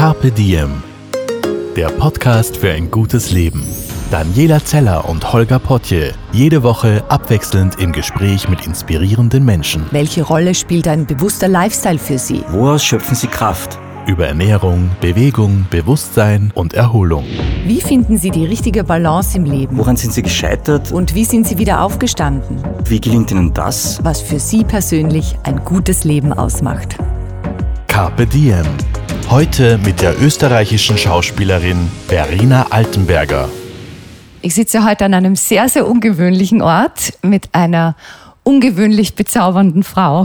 Carpe Diem, der Podcast für ein gutes Leben. Daniela Zeller und Holger Potje, jede Woche abwechselnd im Gespräch mit inspirierenden Menschen. Welche Rolle spielt ein bewusster Lifestyle für Sie? Woraus schöpfen Sie Kraft? Über Ernährung, Bewegung, Bewusstsein und Erholung. Wie finden Sie die richtige Balance im Leben? Woran sind Sie gescheitert? Und wie sind Sie wieder aufgestanden? Wie gelingt Ihnen das? Was für Sie persönlich ein gutes Leben ausmacht. Carpe Diem. Heute mit der österreichischen Schauspielerin Verena Altenberger. Ich sitze heute an einem sehr, sehr ungewöhnlichen Ort mit einer ungewöhnlich bezaubernden Frau.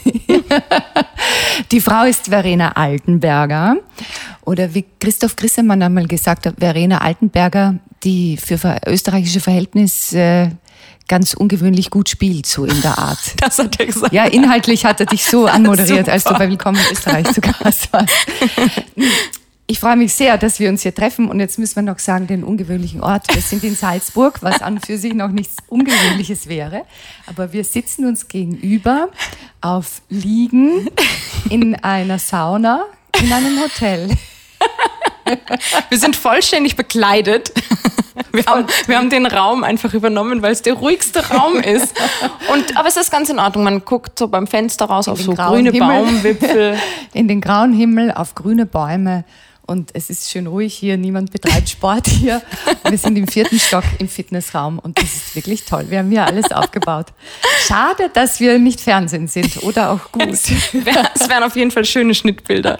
Die Frau ist Verena Altenberger. Oder wie Christoph Grissemann einmal gesagt hat, Verena Altenberger, die für österreichische Verhältnisse ganz ungewöhnlich gut spielt, so in der Art. Das hat er gesagt. Ja, inhaltlich hat er dich so anmoderiert, als du bei Willkommen in Österreich zu Gast warst. Ich freue mich sehr, dass wir uns hier treffen und jetzt müssen wir noch sagen, den ungewöhnlichen Ort. Wir sind in Salzburg, was an und für sich noch nichts Ungewöhnliches wäre, aber wir sitzen uns gegenüber auf Liegen in einer Sauna in einem Hotel. Wir sind vollständig bekleidet. Wir haben den Raum einfach übernommen, weil es der ruhigste Raum ist. Aber es ist ganz in Ordnung. Man guckt so beim Fenster raus auf so grüne Baumwipfel. In den grauen Himmel, auf grüne Bäume. Und es ist schön ruhig hier, niemand betreibt Sport hier. Wir sind im 4. Stock im Fitnessraum und das ist wirklich toll. Wir haben hier alles aufgebaut. Schade, dass wir nicht Fernsehen sind oder auch gut. Es wären auf jeden Fall schöne Schnittbilder.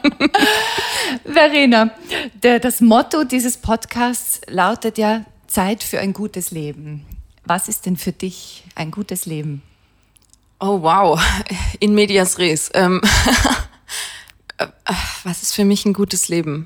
Verena, das Motto dieses Podcasts lautet ja Zeit für ein gutes Leben. Was ist denn für dich ein gutes Leben? Oh wow, in medias res. Was ist für mich ein gutes Leben?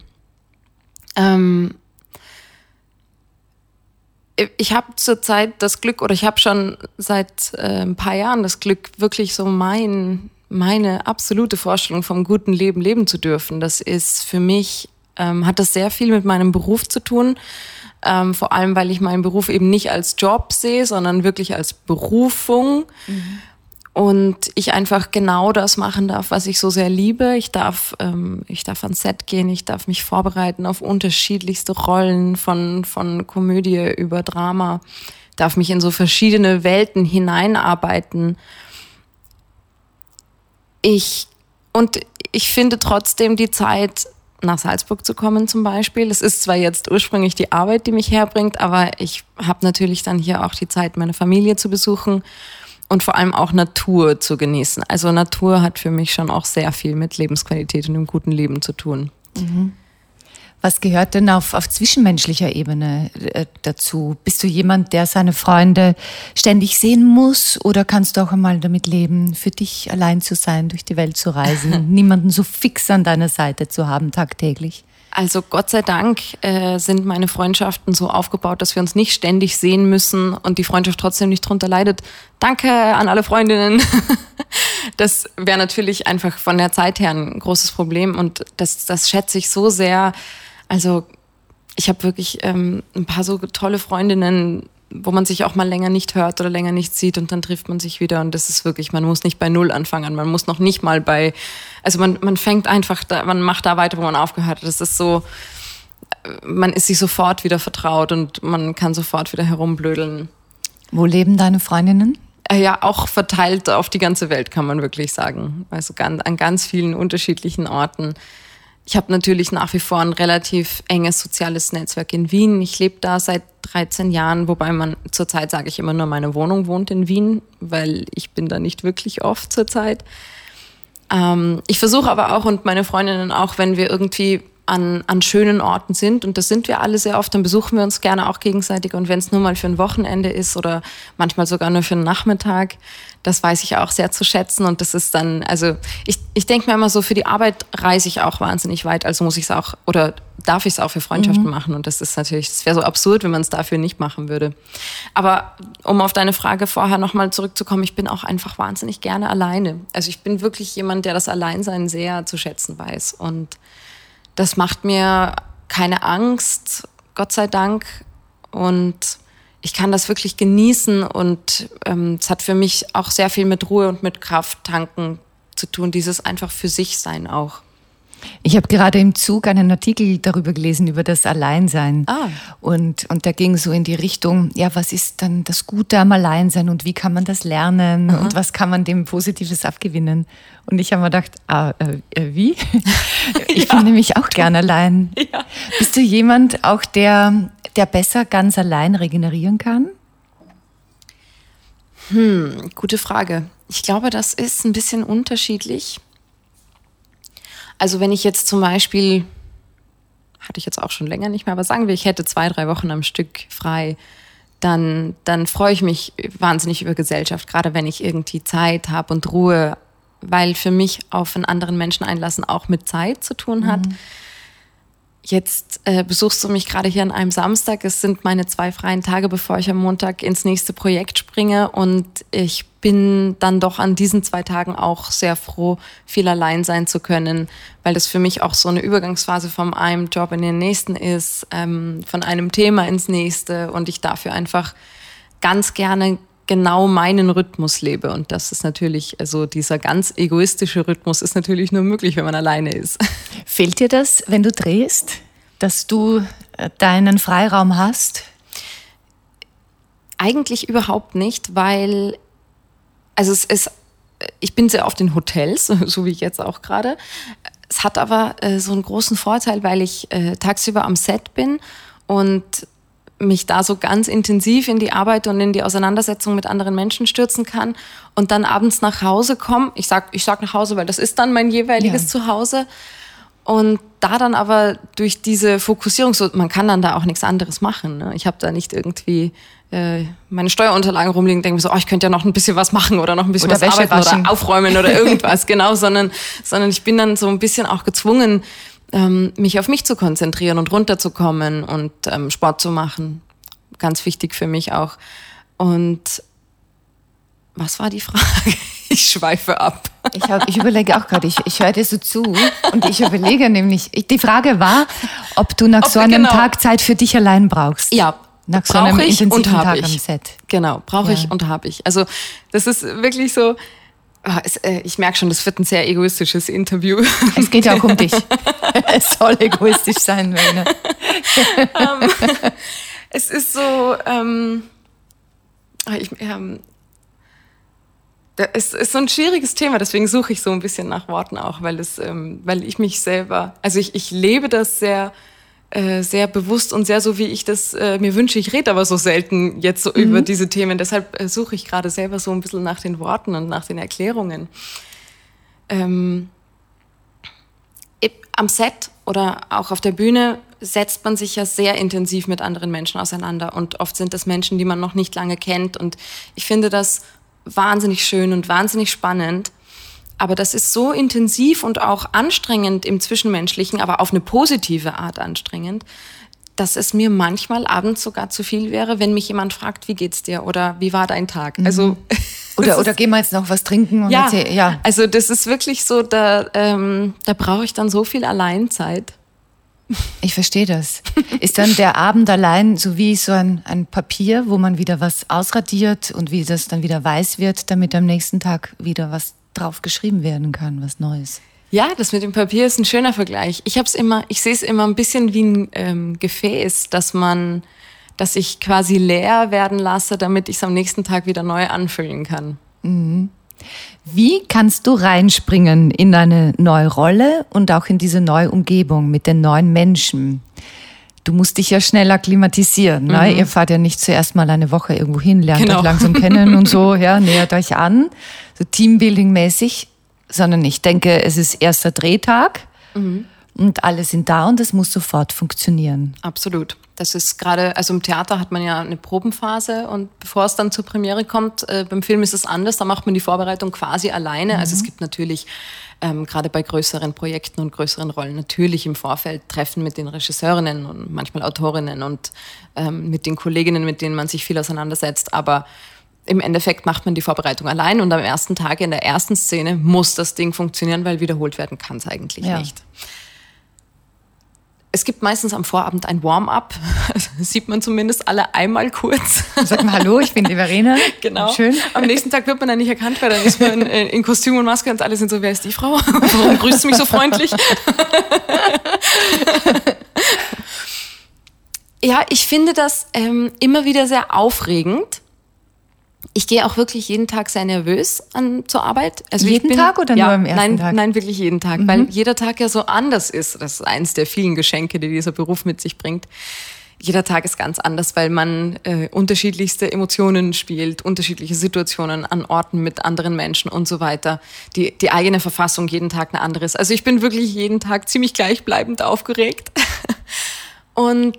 Ich habe zurzeit das Glück, oder ich habe schon seit ein paar Jahren das Glück, wirklich so meine absolute Vorstellung vom guten Leben leben zu dürfen. Das ist für mich, hat das sehr viel mit meinem Beruf zu tun. Vor allem, weil ich meinen Beruf eben nicht als Job sehe, sondern wirklich als Berufung. Mhm. Und ich einfach genau das machen darf, was ich so sehr liebe. Ich darf ans Set gehen, ich darf mich vorbereiten auf unterschiedlichste Rollen von Komödie über Drama, darf mich in so verschiedene Welten hineinarbeiten. Ich finde trotzdem die Zeit, nach Salzburg zu kommen zum Beispiel. Es ist zwar jetzt ursprünglich die Arbeit, die mich herbringt, aber ich habe natürlich dann hier auch die Zeit, meine Familie zu besuchen. Und vor allem auch Natur zu genießen. Also Natur hat für mich schon auch sehr viel mit Lebensqualität und einem guten Leben zu tun. Mhm. Was gehört denn auf zwischenmenschlicher Ebene dazu? Bist du jemand, der seine Freunde ständig sehen muss? Oder kannst du auch einmal damit leben, für dich allein zu sein, durch die Welt zu reisen, niemanden so fix an deiner Seite zu haben tagtäglich? Also Gott sei Dank sind meine Freundschaften so aufgebaut, dass wir uns nicht ständig sehen müssen und die Freundschaft trotzdem nicht drunter leidet. Danke an alle Freundinnen. Das wäre natürlich einfach von der Zeit her ein großes Problem und das schätze ich so sehr. Also ich habe wirklich ein paar so tolle Freundinnen, wo man sich auch mal länger nicht hört oder länger nicht sieht und dann trifft man sich wieder und das ist wirklich, man muss nicht bei Null anfangen, man muss noch nicht mal man fängt einfach, man macht da weiter, wo man aufgehört hat. Das ist so, man ist sich sofort wieder vertraut und man kann sofort wieder herumblödeln. Wo leben deine Freundinnen? Ja, auch verteilt auf die ganze Welt, kann man wirklich sagen. Also an ganz vielen unterschiedlichen Orten. Ich habe natürlich nach wie vor ein relativ enges soziales Netzwerk in Wien. Ich lebe da seit 13 Jahren, wobei man zurzeit, sage ich immer nur, meine Wohnung wohnt in Wien, weil ich bin da nicht wirklich oft zurzeit. Ich versuche aber auch und meine Freundinnen auch, wenn wir irgendwie an schönen Orten sind, und das sind wir alle sehr oft, dann besuchen wir uns gerne auch gegenseitig und wenn es nur mal für ein Wochenende ist oder manchmal sogar nur für einen Nachmittag, das weiß ich auch sehr zu schätzen und das ist dann, also ich denke mir immer so, für die Arbeit reise ich auch wahnsinnig weit, also muss ich es auch oder darf ich es auch für Freundschaften machen und das ist natürlich, das wäre so absurd, wenn man es dafür nicht machen würde. Aber um auf deine Frage vorher nochmal zurückzukommen, ich bin auch einfach wahnsinnig gerne alleine. Also ich bin wirklich jemand, der das Alleinsein sehr zu schätzen weiß und das macht mir keine Angst, Gott sei Dank. Und ich kann das wirklich genießen. Und es hat für mich auch sehr viel mit Ruhe und mit Kraft tanken zu tun, dieses einfach für sich sein auch. Ich habe gerade im Zug einen Artikel darüber gelesen, über das Alleinsein. Und da ging so in die Richtung, ja, was ist dann das Gute am Alleinsein und wie kann man das lernen und was kann man dem Positives abgewinnen? Und ich habe mir gedacht, wie? Ich bin nämlich auch gern allein. Ja. Bist du jemand auch, der besser ganz allein regenerieren kann? Gute Frage. Ich glaube, das ist ein bisschen unterschiedlich. Also wenn ich jetzt zum Beispiel, hatte ich jetzt auch schon länger nicht mehr, aber sagen wir, ich hätte 2-3 Wochen am Stück frei, dann freue ich mich wahnsinnig über Gesellschaft, gerade wenn ich irgendwie Zeit habe und Ruhe, weil für mich auf einen anderen Menschen einlassen auch mit Zeit zu tun hat. Jetzt besuchst du mich gerade hier an einem Samstag. Es sind meine 2 freien Tage, bevor ich am Montag ins nächste Projekt springe. Und ich bin dann doch an diesen 2 Tagen auch sehr froh, viel allein sein zu können, weil das für mich auch so eine Übergangsphase von einem Job in den nächsten ist, von einem Thema ins nächste. Und ich dafür einfach ganz gerne genau meinen Rhythmus lebe. Und das ist natürlich, also dieser ganz egoistische Rhythmus ist natürlich nur möglich, wenn man alleine ist. Fehlt dir das, wenn du drehst, dass du deinen Freiraum hast? Eigentlich überhaupt nicht, weil, also ich bin sehr oft in Hotels, so wie ich jetzt auch gerade. Es hat aber so einen großen Vorteil, weil ich tagsüber am Set bin und mich da so ganz intensiv in die Arbeit und in die Auseinandersetzung mit anderen Menschen stürzen kann und dann abends nach Hause komme. Ich sag nach Hause, weil das ist dann mein jeweiliges Zuhause. Und da dann aber durch diese Fokussierung, so, man kann dann da auch nichts anderes machen. Ne? Ich habe da nicht irgendwie meine Steuerunterlagen rumliegen und denke mir so, ich könnte ja noch ein bisschen was machen oder noch ein bisschen was arbeiten oder aufräumen oder irgendwas. Genau, sondern ich bin dann so ein bisschen auch gezwungen, mich auf mich zu konzentrieren und runterzukommen und Sport zu machen. Ganz wichtig für mich auch. Und was war die Frage? Ich schweife ab. Ich überlege auch gerade, ich höre dir so zu und ich überlege nämlich, die Frage war, ob du nach so einem Tag Zeit für dich allein brauchst. Ja, nach so einem intensiven Tag am Set. Genau, brauche ich und habe ich. Also das ist wirklich so, ich merke schon, das wird ein sehr egoistisches Interview. Es geht ja auch um dich. Es soll egoistisch sein, Wayne. Es ist so, es ist so ein schwieriges Thema, deswegen suche ich so ein bisschen nach Worten auch, weil ich mich selber, also ich lebe das sehr, sehr bewusst und sehr so, wie ich das mir wünsche. Ich rede aber so selten jetzt so über diese Themen, deshalb suche ich gerade selber so ein bisschen nach den Worten und nach den Erklärungen. Am Set oder auch auf der Bühne setzt man sich ja sehr intensiv mit anderen Menschen auseinander und oft sind das Menschen, die man noch nicht lange kennt und ich finde das wahnsinnig schön und wahnsinnig spannend. Aber das ist so intensiv und auch anstrengend im Zwischenmenschlichen, aber auf eine positive Art anstrengend, dass es mir manchmal abends sogar zu viel wäre, wenn mich jemand fragt, wie geht's dir oder wie war dein Tag? Also oder gehen wir jetzt noch was trinken und erzähl, ja. Also das ist wirklich so, da brauche ich dann so viel Alleinzeit. Ich verstehe das. Ist dann der Abend allein so wie so ein Papier, wo man wieder was ausradiert und wie das dann wieder weiß wird, damit am nächsten Tag wieder was drauf geschrieben werden kann, was Neues? Ja, das mit dem Papier ist ein schöner Vergleich. Ich sehe es immer ein bisschen wie ein Gefäß, das ich quasi leer werden lasse, damit ich es am nächsten Tag wieder neu anfüllen kann. Mhm. Wie kannst du reinspringen in eine neue Rolle und auch in diese neue Umgebung mit den neuen Menschen? Du musst dich ja schnell akklimatisieren. Ne? Ihr fahrt ja nicht zuerst mal eine Woche irgendwo hin, lernt euch langsam kennen und so, ja, nähert euch an, so Teambuilding-mäßig, sondern ich denke, es ist erster Drehtag und alle sind da und es muss sofort funktionieren. Absolut. Das ist gerade, also im Theater hat man ja eine Probenphase und bevor es dann zur Premiere kommt, beim Film ist es anders, da macht man die Vorbereitung quasi alleine. Also es gibt natürlich gerade bei größeren Projekten und größeren Rollen natürlich im Vorfeld Treffen mit den Regisseurinnen und manchmal Autorinnen und mit den Kolleginnen, mit denen man sich viel auseinandersetzt, aber im Endeffekt macht man die Vorbereitung allein und am ersten Tag in der ersten Szene muss das Ding funktionieren, weil wiederholt werden kann es eigentlich nicht. Es gibt meistens am Vorabend ein Warm-up. Das sieht man zumindest alle einmal kurz. Sag mal Hallo, ich bin die Verena. Genau. Schön. Am nächsten Tag wird man dann nicht erkannt, weil dann ist man in Kostüm und Maske und alle sind so, wer ist die Frau? Warum grüßt du mich so freundlich? Ja, ich finde das immer wieder sehr aufregend. Ich gehe auch wirklich jeden Tag sehr nervös zur Arbeit. Also Jeden Tag oder nur am ersten Tag? Nein, wirklich jeden Tag, weil jeder Tag ja so anders ist. Das ist eines der vielen Geschenke, die dieser Beruf mit sich bringt. Jeder Tag ist ganz anders, weil man unterschiedlichste Emotionen spielt, unterschiedliche Situationen an Orten mit anderen Menschen und so weiter. Die eigene Verfassung jeden Tag eine andere ist. Also ich bin wirklich jeden Tag ziemlich gleichbleibend aufgeregt. Und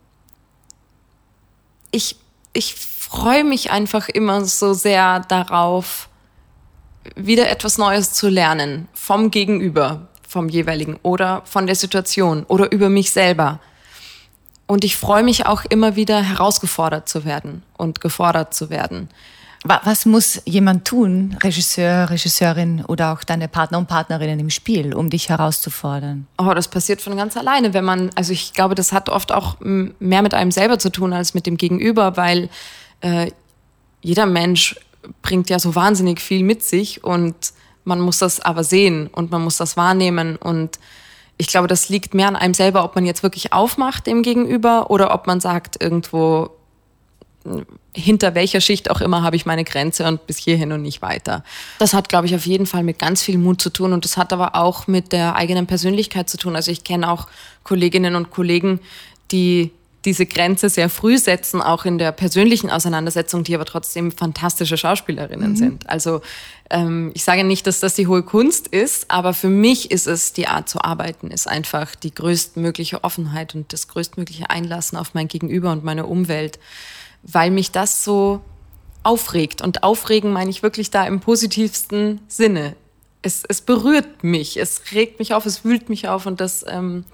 ich freue mich einfach immer so sehr darauf, wieder etwas Neues zu lernen vom Gegenüber, vom jeweiligen oder von der Situation oder über mich selber. Und ich freue mich auch immer wieder, herausgefordert zu werden und gefordert zu werden. Was muss jemand tun, Regisseur, Regisseurin oder auch deine Partner und Partnerinnen im Spiel, um dich herauszufordern? Oh, das passiert von ganz alleine, also ich glaube, das hat oft auch mehr mit einem selber zu tun als mit dem Gegenüber, weil jeder Mensch bringt ja so wahnsinnig viel mit sich und man muss das aber sehen und man muss das wahrnehmen und ich glaube, das liegt mehr an einem selber, ob man jetzt wirklich aufmacht dem Gegenüber oder ob man sagt, irgendwo hinter welcher Schicht auch immer habe ich meine Grenze und bis hierhin und nicht weiter. Das hat, glaube ich, auf jeden Fall mit ganz viel Mut zu tun und das hat aber auch mit der eigenen Persönlichkeit zu tun. Also ich kenne auch Kolleginnen und Kollegen, die diese Grenze sehr früh setzen, auch in der persönlichen Auseinandersetzung, die aber trotzdem fantastische Schauspielerinnen sind. Also ich sage nicht, dass das die hohe Kunst ist, aber für mich ist es, die Art zu arbeiten, ist einfach die größtmögliche Offenheit und das größtmögliche Einlassen auf mein Gegenüber und meine Umwelt, weil mich das so aufregt. Und aufregen meine ich wirklich da im positivsten Sinne. Es berührt mich, es regt mich auf, es wühlt mich auf und das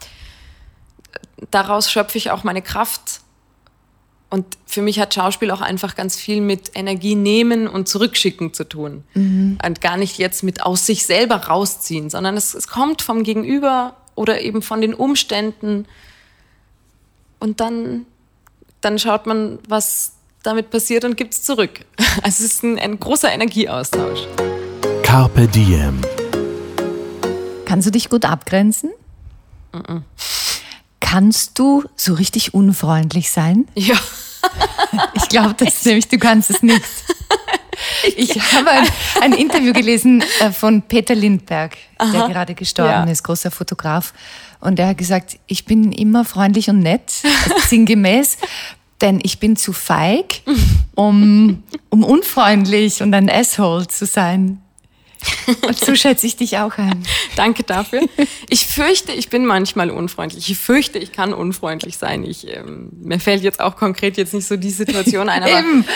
daraus schöpfe ich auch meine Kraft. Und für mich hat Schauspiel auch einfach ganz viel mit Energie nehmen und zurückschicken zu tun. Und gar nicht jetzt mit aus sich selber rausziehen, sondern es kommt vom Gegenüber oder eben von den Umständen. Und dann schaut man, was damit passiert und gibt es zurück. Also es ist ein großer Energieaustausch. Carpe Diem. Kannst du dich gut abgrenzen? Kannst du so richtig unfreundlich sein? Ja. Ich glaube das nämlich, du kannst es nicht. Ich habe ein Interview gelesen von Peter Lindbergh, der gerade gestorben ist, großer Fotograf. Und er hat gesagt, ich bin immer freundlich und nett, sinngemäß, denn ich bin zu feig, um unfreundlich und ein Asshole zu sein. Und so schätze ich dich auch ein. Danke dafür. Ich fürchte, ich bin manchmal unfreundlich. Ich fürchte, ich kann unfreundlich sein. Mir fällt jetzt auch konkret jetzt nicht so die Situation ein,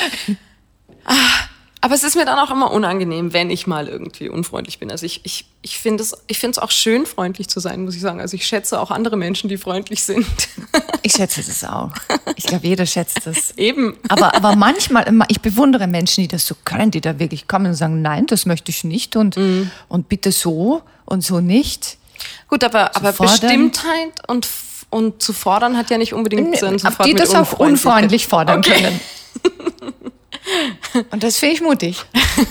aber es ist mir dann auch immer unangenehm, wenn ich mal irgendwie unfreundlich bin. Also ich finde es auch schön, freundlich zu sein, muss ich sagen. Also ich schätze auch andere Menschen, die freundlich sind. Ich schätze das auch. Ich glaube, jeder schätzt das. Eben. Aber manchmal, ich bewundere Menschen, die das so können, die da wirklich kommen und sagen, nein, das möchte ich nicht und bitte so und so nicht. Gut, aber Bestimmtheit und zu fordern hat ja nicht unbedingt sofort die mit das auch unfreundlich fordern können. Und das finde ich mutig.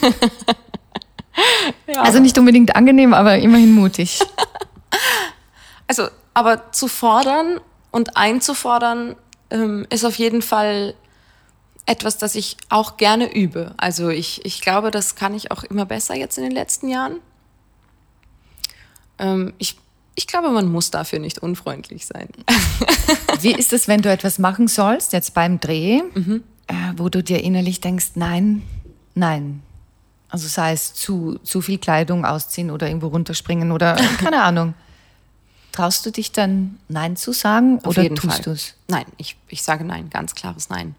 Ja. Also nicht unbedingt angenehm, aber immerhin mutig. Also, aber zu fordern und einzufordern ist auf jeden Fall etwas, das ich auch gerne übe. Also ich glaube, das kann ich auch immer besser jetzt in den letzten Jahren. Ich glaube, man muss dafür nicht unfreundlich sein. Wie ist es, wenn du etwas machen sollst, jetzt beim Dreh, wo du dir innerlich denkst, nein. Also sei es zu viel Kleidung ausziehen oder irgendwo runterspringen oder keine Ahnung. Traust du dich dann Nein zu sagen Auf oder jeden tust Fall. du es? Nein, ich sage Nein, ganz klares Nein.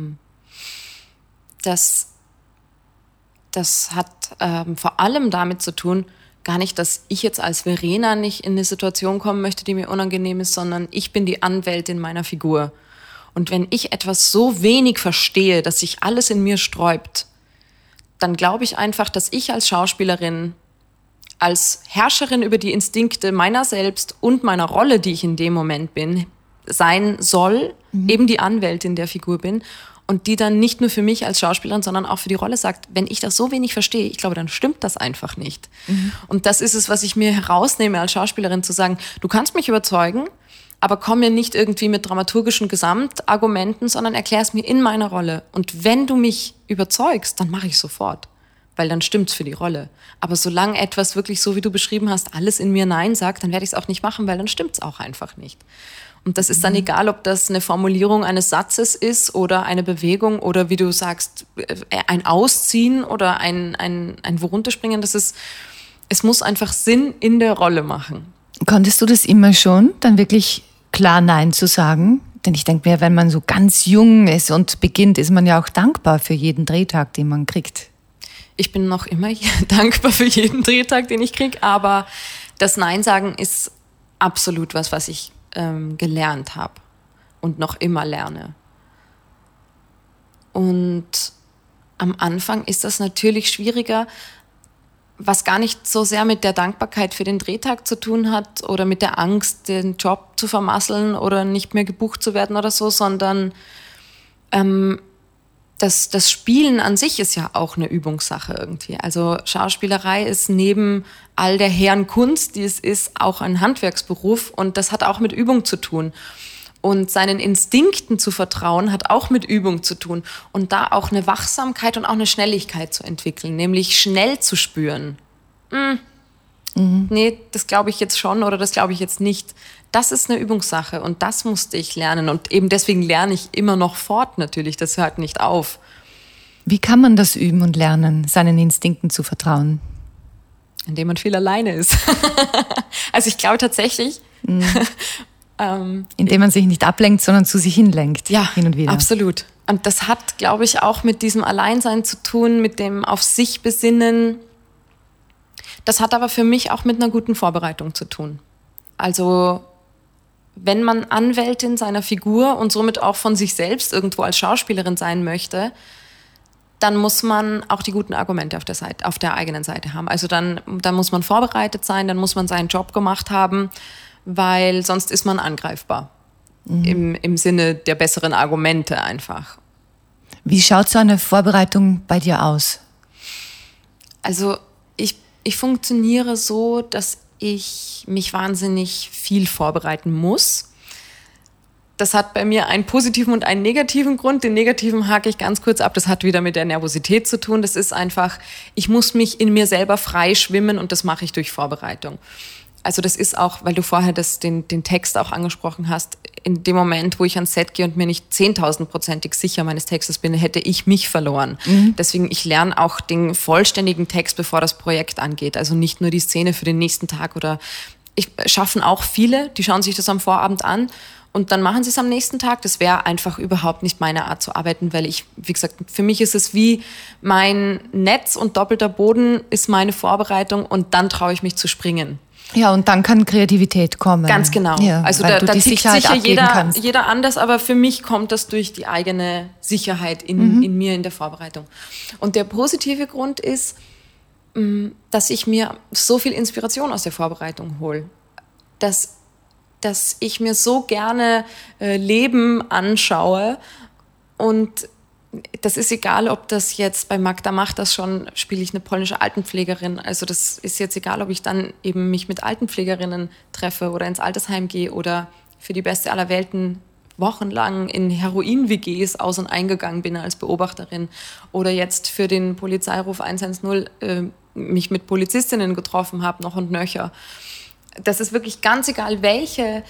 Das hat vor allem damit zu tun, gar nicht, dass ich jetzt als Verena nicht in eine Situation kommen möchte, die mir unangenehm ist, sondern ich bin die Anwältin meiner Figur. Und wenn ich etwas so wenig verstehe, dass sich alles in mir sträubt, dann glaube ich einfach, dass ich als Schauspielerin als Herrscherin über die Instinkte meiner selbst und meiner Rolle, die ich in dem Moment bin, sein soll, eben die Anwältin der Figur bin und die dann nicht nur für mich als Schauspielerin, sondern auch für die Rolle sagt, wenn ich das so wenig verstehe, ich glaube, dann stimmt das einfach nicht. Und das ist es, was ich mir herausnehme als Schauspielerin, zu sagen, du kannst mich überzeugen, aber komm mir nicht irgendwie mit dramaturgischen Gesamtargumenten, sondern erklär es mir in meiner Rolle. Und wenn du mich überzeugst, dann mache ich sofort, weil dann stimmt's für die Rolle. Aber solange etwas wirklich so, wie du beschrieben hast, alles in mir Nein sagt, dann werde ich es auch nicht machen, weil dann stimmt's auch einfach nicht. Und das ist dann egal, ob das eine Formulierung eines Satzes ist oder eine Bewegung oder wie du sagst, ein Ausziehen oder ein Worunterspringen. Es muss einfach Sinn in der Rolle machen. Konntest du das immer schon, dann wirklich klar Nein zu sagen? Denn ich denke mir, wenn man so ganz jung ist und beginnt, ist man ja auch dankbar für jeden Drehtag, den man kriegt. Ich bin noch immer dankbar für jeden Drehtag, den ich kriege, aber das Nein sagen ist absolut was ich gelernt habe und noch immer lerne. Und am Anfang ist das natürlich schwieriger, was gar nicht so sehr mit der Dankbarkeit für den Drehtag zu tun hat oder mit der Angst, den Job zu vermasseln oder nicht mehr gebucht zu werden oder so, sondern das Spielen an sich ist ja auch eine Übungssache irgendwie. Also Schauspielerei ist neben all der hehren Kunst, die es ist, auch ein Handwerksberuf und das hat auch mit Übung zu tun. Und seinen Instinkten zu vertrauen, hat auch mit Übung zu tun. Und da auch eine Wachsamkeit und auch eine Schnelligkeit zu entwickeln, nämlich schnell zu spüren. Nee, das glaube ich jetzt schon oder das glaube ich jetzt nicht. Das ist eine Übungssache und das musste ich lernen. Und eben deswegen lerne ich immer noch fort natürlich, das hört nicht auf. Wie kann man das üben und lernen, seinen Instinkten zu vertrauen? Indem man viel alleine ist. Also ich glaube tatsächlich... Indem man sich nicht ablenkt, sondern zu sich hinlenkt. Ja, hin und wieder. Absolut. Und das hat, glaube ich, auch mit diesem Alleinsein zu tun, mit dem auf sich besinnen. Das hat aber für mich auch mit einer guten Vorbereitung zu tun. Also wenn man Anwältin seiner Figur und somit auch von sich selbst irgendwo als Schauspielerin sein möchte, dann muss man auch die guten Argumente auf der eigenen Seite haben. Also dann muss man vorbereitet sein, dann muss man seinen Job gemacht haben, weil sonst ist man angreifbar. Im Sinne der besseren Argumente einfach. Wie schaut so eine Vorbereitung bei dir aus? Also ich funktioniere so, dass ich mich wahnsinnig viel vorbereiten muss. Das hat bei mir einen positiven und einen negativen Grund. Den negativen hake ich ganz kurz ab. Das hat wieder mit der Nervosität zu tun. Das ist einfach, ich muss mich in mir selber frei schwimmen und das mache ich durch Vorbereitung. Also das ist auch, weil du vorher den Text auch angesprochen hast, in dem Moment, wo ich ans Set gehe und mir nicht 10.000%ig sicher meines Textes bin, hätte ich mich verloren. Deswegen, ich lerne auch den vollständigen Text, bevor das Projekt angeht. Also nicht nur die Szene für den nächsten Tag oder schaffen auch viele, die schauen sich das am Vorabend an und dann machen sie es am nächsten Tag. Das wäre einfach überhaupt nicht meine Art zu arbeiten, weil wie gesagt, für mich ist es wie mein Netz und doppelter Boden ist meine Vorbereitung und dann traue ich mich zu springen. Ja, und dann kann Kreativität kommen. Ganz genau. Ja, also da tickt sicher jeder anders, aber für mich kommt das durch die eigene Sicherheit in mir, in der Vorbereitung. Und der positive Grund ist, dass ich mir so viel Inspiration aus der Vorbereitung hole. Dass ich mir so gerne Leben anschaue und das ist egal, ob das jetzt bei Magda macht das schon, spiele ich eine polnische Altenpflegerin. Also das ist jetzt egal, ob ich dann eben mich mit Altenpflegerinnen treffe oder ins Altersheim gehe oder für die beste aller Welten wochenlang in Heroin-WGs aus- und eingegangen bin als Beobachterin oder jetzt für den Polizeiruf 110 mich mit Polizistinnen getroffen habe, noch und nöcher. Das ist wirklich ganz egal, welcher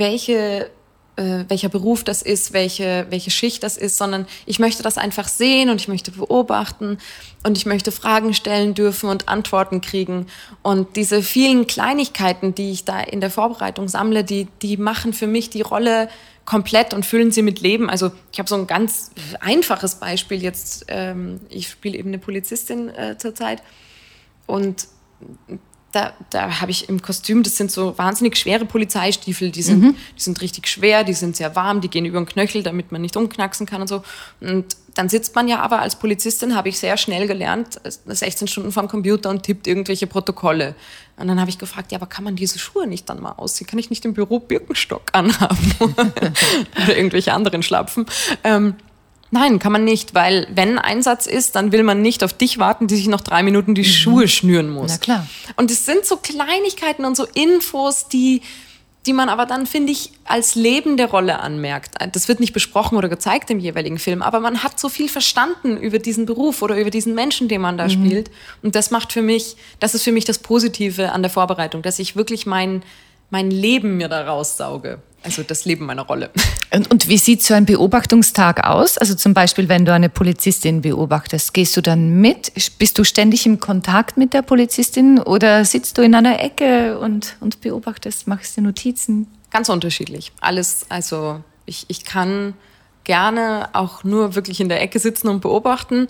Beruf das ist, welche Schicht das ist, sondern ich möchte das einfach sehen und ich möchte beobachten und ich möchte Fragen stellen dürfen und Antworten kriegen. Und diese vielen Kleinigkeiten, die ich da in der Vorbereitung sammle, die machen für mich die Rolle komplett und füllen sie mit Leben. Also ich habe so ein ganz einfaches Beispiel jetzt. Ich spiele eben eine Polizistin zurzeit und da habe ich im Kostüm, das sind so wahnsinnig schwere Polizeistiefel, die sind richtig schwer, die sind sehr warm, die gehen über den Knöchel, damit man nicht umknacksen kann und so. Und dann sitzt man ja aber als Polizistin, habe ich sehr schnell gelernt, 16 Stunden vorm Computer und tippt irgendwelche Protokolle. Und dann habe ich gefragt, ja, aber kann man diese Schuhe nicht dann mal ausziehen? Kann ich nicht im Büro Birkenstock anhaben? Oder irgendwelche anderen Schlapfen? Nein, kann man nicht, weil wenn Einsatz ist, dann will man nicht auf dich warten, die sich noch 3 Minuten die Schuhe schnüren muss. Na klar. Und es sind so Kleinigkeiten und so Infos, die man aber dann, finde ich, als lebende Rolle anmerkt. Das wird nicht besprochen oder gezeigt im jeweiligen Film, aber man hat so viel verstanden über diesen Beruf oder über diesen Menschen, den man da spielt. Und das ist für mich das Positive an der Vorbereitung, dass ich wirklich mein Leben mir da raussauge. Also das Leben meiner Rolle. Und wie sieht so ein Beobachtungstag aus? Also zum Beispiel, wenn du eine Polizistin beobachtest, gehst du dann mit? Bist du ständig im Kontakt mit der Polizistin oder sitzt du in einer Ecke und beobachtest, machst dir Notizen? Ganz unterschiedlich. Alles, also ich kann gerne auch nur wirklich in der Ecke sitzen und beobachten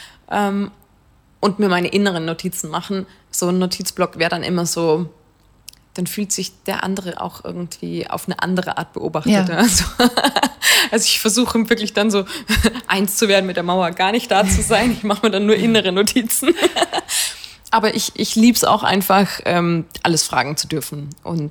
und mir meine inneren Notizen machen. So ein Notizblock wäre dann immer so, dann fühlt sich der andere auch irgendwie auf eine andere Art beobachtet. Ja. Also ich versuche wirklich dann so eins zu werden mit der Mauer, gar nicht da zu sein. Ich mache mir dann nur innere Notizen. Aber ich liebe es auch einfach, alles fragen zu dürfen. Und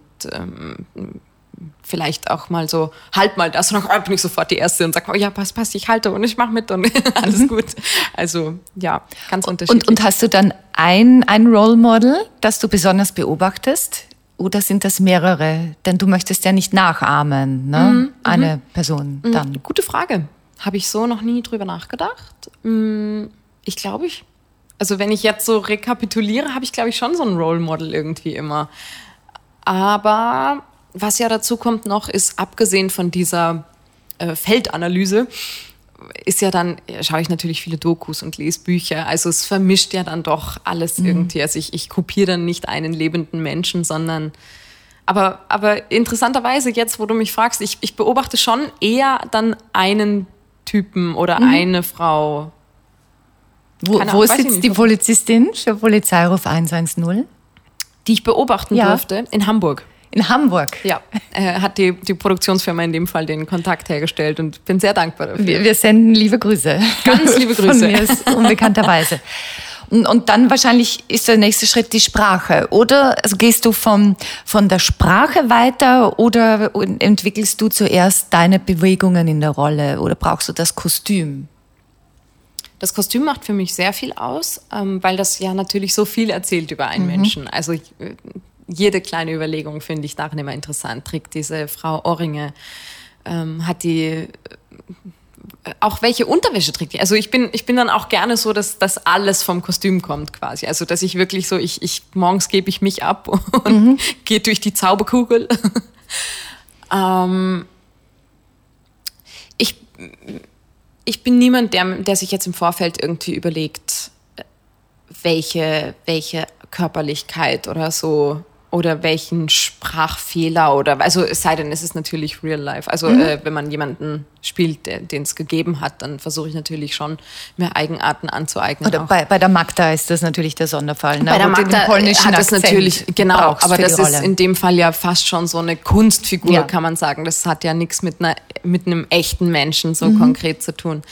vielleicht auch mal so, halt mal das. Und dann bin ich sofort die Erste und sage, oh ja, passt, ich halte und ich mache mit und alles gut. Also ja, ganz unterschiedlich. Und hast du dann ein Role Model, das du besonders beobachtest? Oder sind das mehrere? Denn du möchtest ja nicht nachahmen, ne? Eine Person dann. Gute Frage. Habe ich so noch nie drüber nachgedacht? Ich glaube, also wenn ich jetzt so rekapituliere, habe ich, glaube ich, schon so ein Role Model irgendwie immer. Aber was ja dazu kommt noch, ist, abgesehen von dieser Feldanalyse, ist ja dann, schaue ich natürlich viele Dokus und lese Bücher. Also es vermischt ja dann doch alles irgendwie. Also ich kopiere dann nicht einen lebenden Menschen, sondern aber interessanterweise jetzt, wo du mich fragst, ich beobachte schon eher dann einen Typen oder eine Frau. Wo sitzt die Polizistin für Polizeiruf 110? Die ich beobachten durfte in Hamburg. In Hamburg? Ja, hat die Produktionsfirma in dem Fall den Kontakt hergestellt und bin sehr dankbar dafür. Wir senden liebe Grüße. Ganz liebe Grüße. Von mir unbekannterweise. Und dann wahrscheinlich ist der nächste Schritt die Sprache, oder? Also gehst du von der Sprache weiter oder entwickelst du zuerst deine Bewegungen in der Rolle oder brauchst du das Kostüm? Das Kostüm macht für mich sehr viel aus, weil das ja natürlich so viel erzählt über einen Menschen. Also jede kleine Überlegung finde ich darin immer interessant. Trägt diese Frau Ohrringe, hat die auch welche Unterwäsche trägt die? Also ich bin dann auch gerne so, dass das alles vom Kostüm kommt quasi. Also dass ich wirklich so, morgens gebe ich mich ab und gehe durch die Zauberkugel. Ich bin niemand, der sich jetzt im Vorfeld irgendwie überlegt, welche Körperlichkeit oder so oder welchen Sprachfehler oder, also es sei denn, es ist natürlich real life. Also wenn man jemanden spielt, den es gegeben hat, dann versuche ich natürlich schon, mir Eigenarten anzueignen. Oder bei der Magda ist das natürlich der Sonderfall. Ne? Bei der Magda hat das natürlich, genau, aber das ist in dem Fall ja fast schon so eine Kunstfigur, kann man sagen. Das hat ja nichts mit einem echten Menschen so konkret zu tun.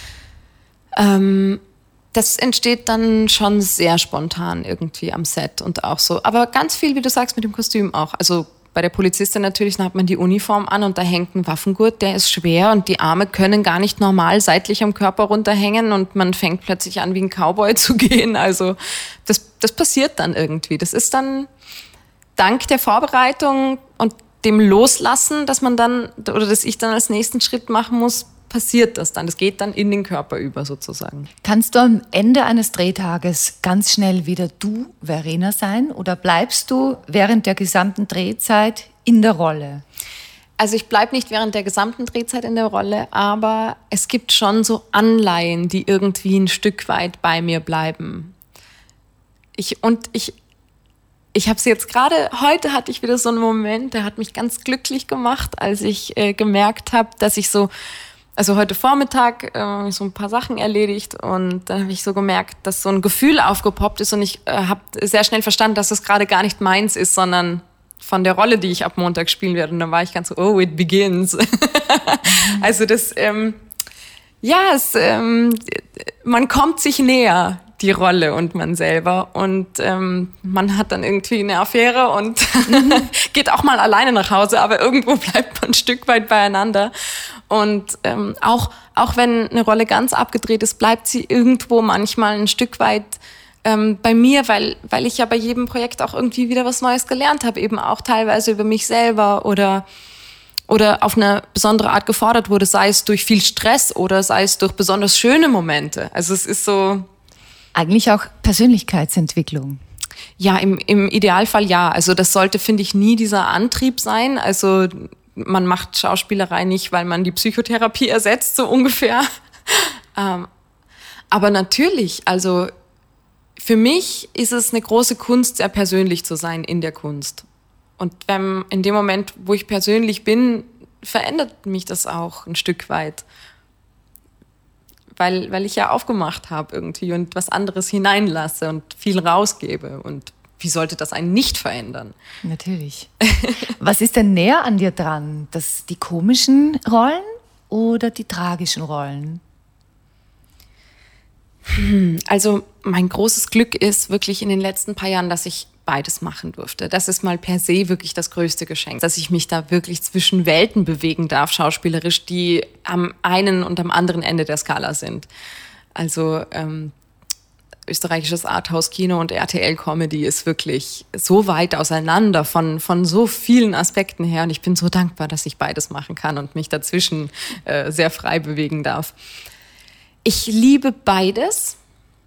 Das entsteht dann schon sehr spontan irgendwie am Set und auch so. Aber ganz viel, wie du sagst, mit dem Kostüm auch. Also bei der Polizistin natürlich, dann hat man die Uniform an und da hängt ein Waffengurt, der ist schwer und die Arme können gar nicht normal seitlich am Körper runterhängen und man fängt plötzlich an, wie ein Cowboy zu gehen. Also das passiert dann irgendwie. Das ist dann dank der Vorbereitung und dem Loslassen, dass ich dann als nächsten Schritt machen muss, passiert das dann. Das geht dann in den Körper über sozusagen. Kannst du am Ende eines Drehtages ganz schnell wieder du, Verena, sein oder bleibst du während der gesamten Drehzeit in der Rolle? Also ich bleibe nicht während der gesamten Drehzeit in der Rolle, aber es gibt schon so Anleihen, die irgendwie ein Stück weit bei mir bleiben. Ich habe es jetzt gerade, heute hatte ich wieder so einen Moment, der hat mich ganz glücklich gemacht, als ich gemerkt habe, dass ich so, also heute Vormittag so ein paar Sachen erledigt und dann habe ich so gemerkt, dass so ein Gefühl aufgepoppt ist und ich habe sehr schnell verstanden, dass das gerade gar nicht meins ist, sondern von der Rolle, die ich ab Montag spielen werde. Und dann war ich ganz so, oh, it begins. Also das, Ja, man kommt sich näher, die Rolle und man selber. Und man hat dann irgendwie eine Affäre und geht auch mal alleine nach Hause, aber irgendwo bleibt man ein Stück weit beieinander. Und auch wenn eine Rolle ganz abgedreht ist, bleibt sie irgendwo manchmal ein Stück weit bei mir, weil ich ja bei jedem Projekt auch irgendwie wieder was Neues gelernt habe, eben auch teilweise über mich selber oder auf eine besondere Art gefordert wurde, sei es durch viel Stress oder sei es durch besonders schöne Momente. Also es ist so... Eigentlich auch Persönlichkeitsentwicklung. Ja, im Idealfall ja. Also das sollte, finde ich, nie dieser Antrieb sein. Also man macht Schauspielerei nicht, weil man die Psychotherapie ersetzt, so ungefähr. Aber natürlich, also für mich ist es eine große Kunst, sehr persönlich zu sein in der Kunst. Und in dem Moment, wo ich persönlich bin, verändert mich das auch ein Stück weit. Weil ich ja aufgemacht habe irgendwie und was anderes hineinlasse und viel rausgebe. Und wie sollte das einen nicht verändern? Natürlich. Was ist denn näher an dir dran? Die komischen Rollen oder die tragischen Rollen? Also mein großes Glück ist wirklich in den letzten paar Jahren, dass ich beides machen durfte. Das ist mal per se wirklich das größte Geschenk, dass ich mich da wirklich zwischen Welten bewegen darf, schauspielerisch, die am einen und am anderen Ende der Skala sind. Also österreichisches Arthouse-Kino und RTL-Comedy ist wirklich so weit auseinander von so vielen Aspekten her. Und ich bin so dankbar, dass ich beides machen kann und mich dazwischen sehr frei bewegen darf. Ich liebe beides.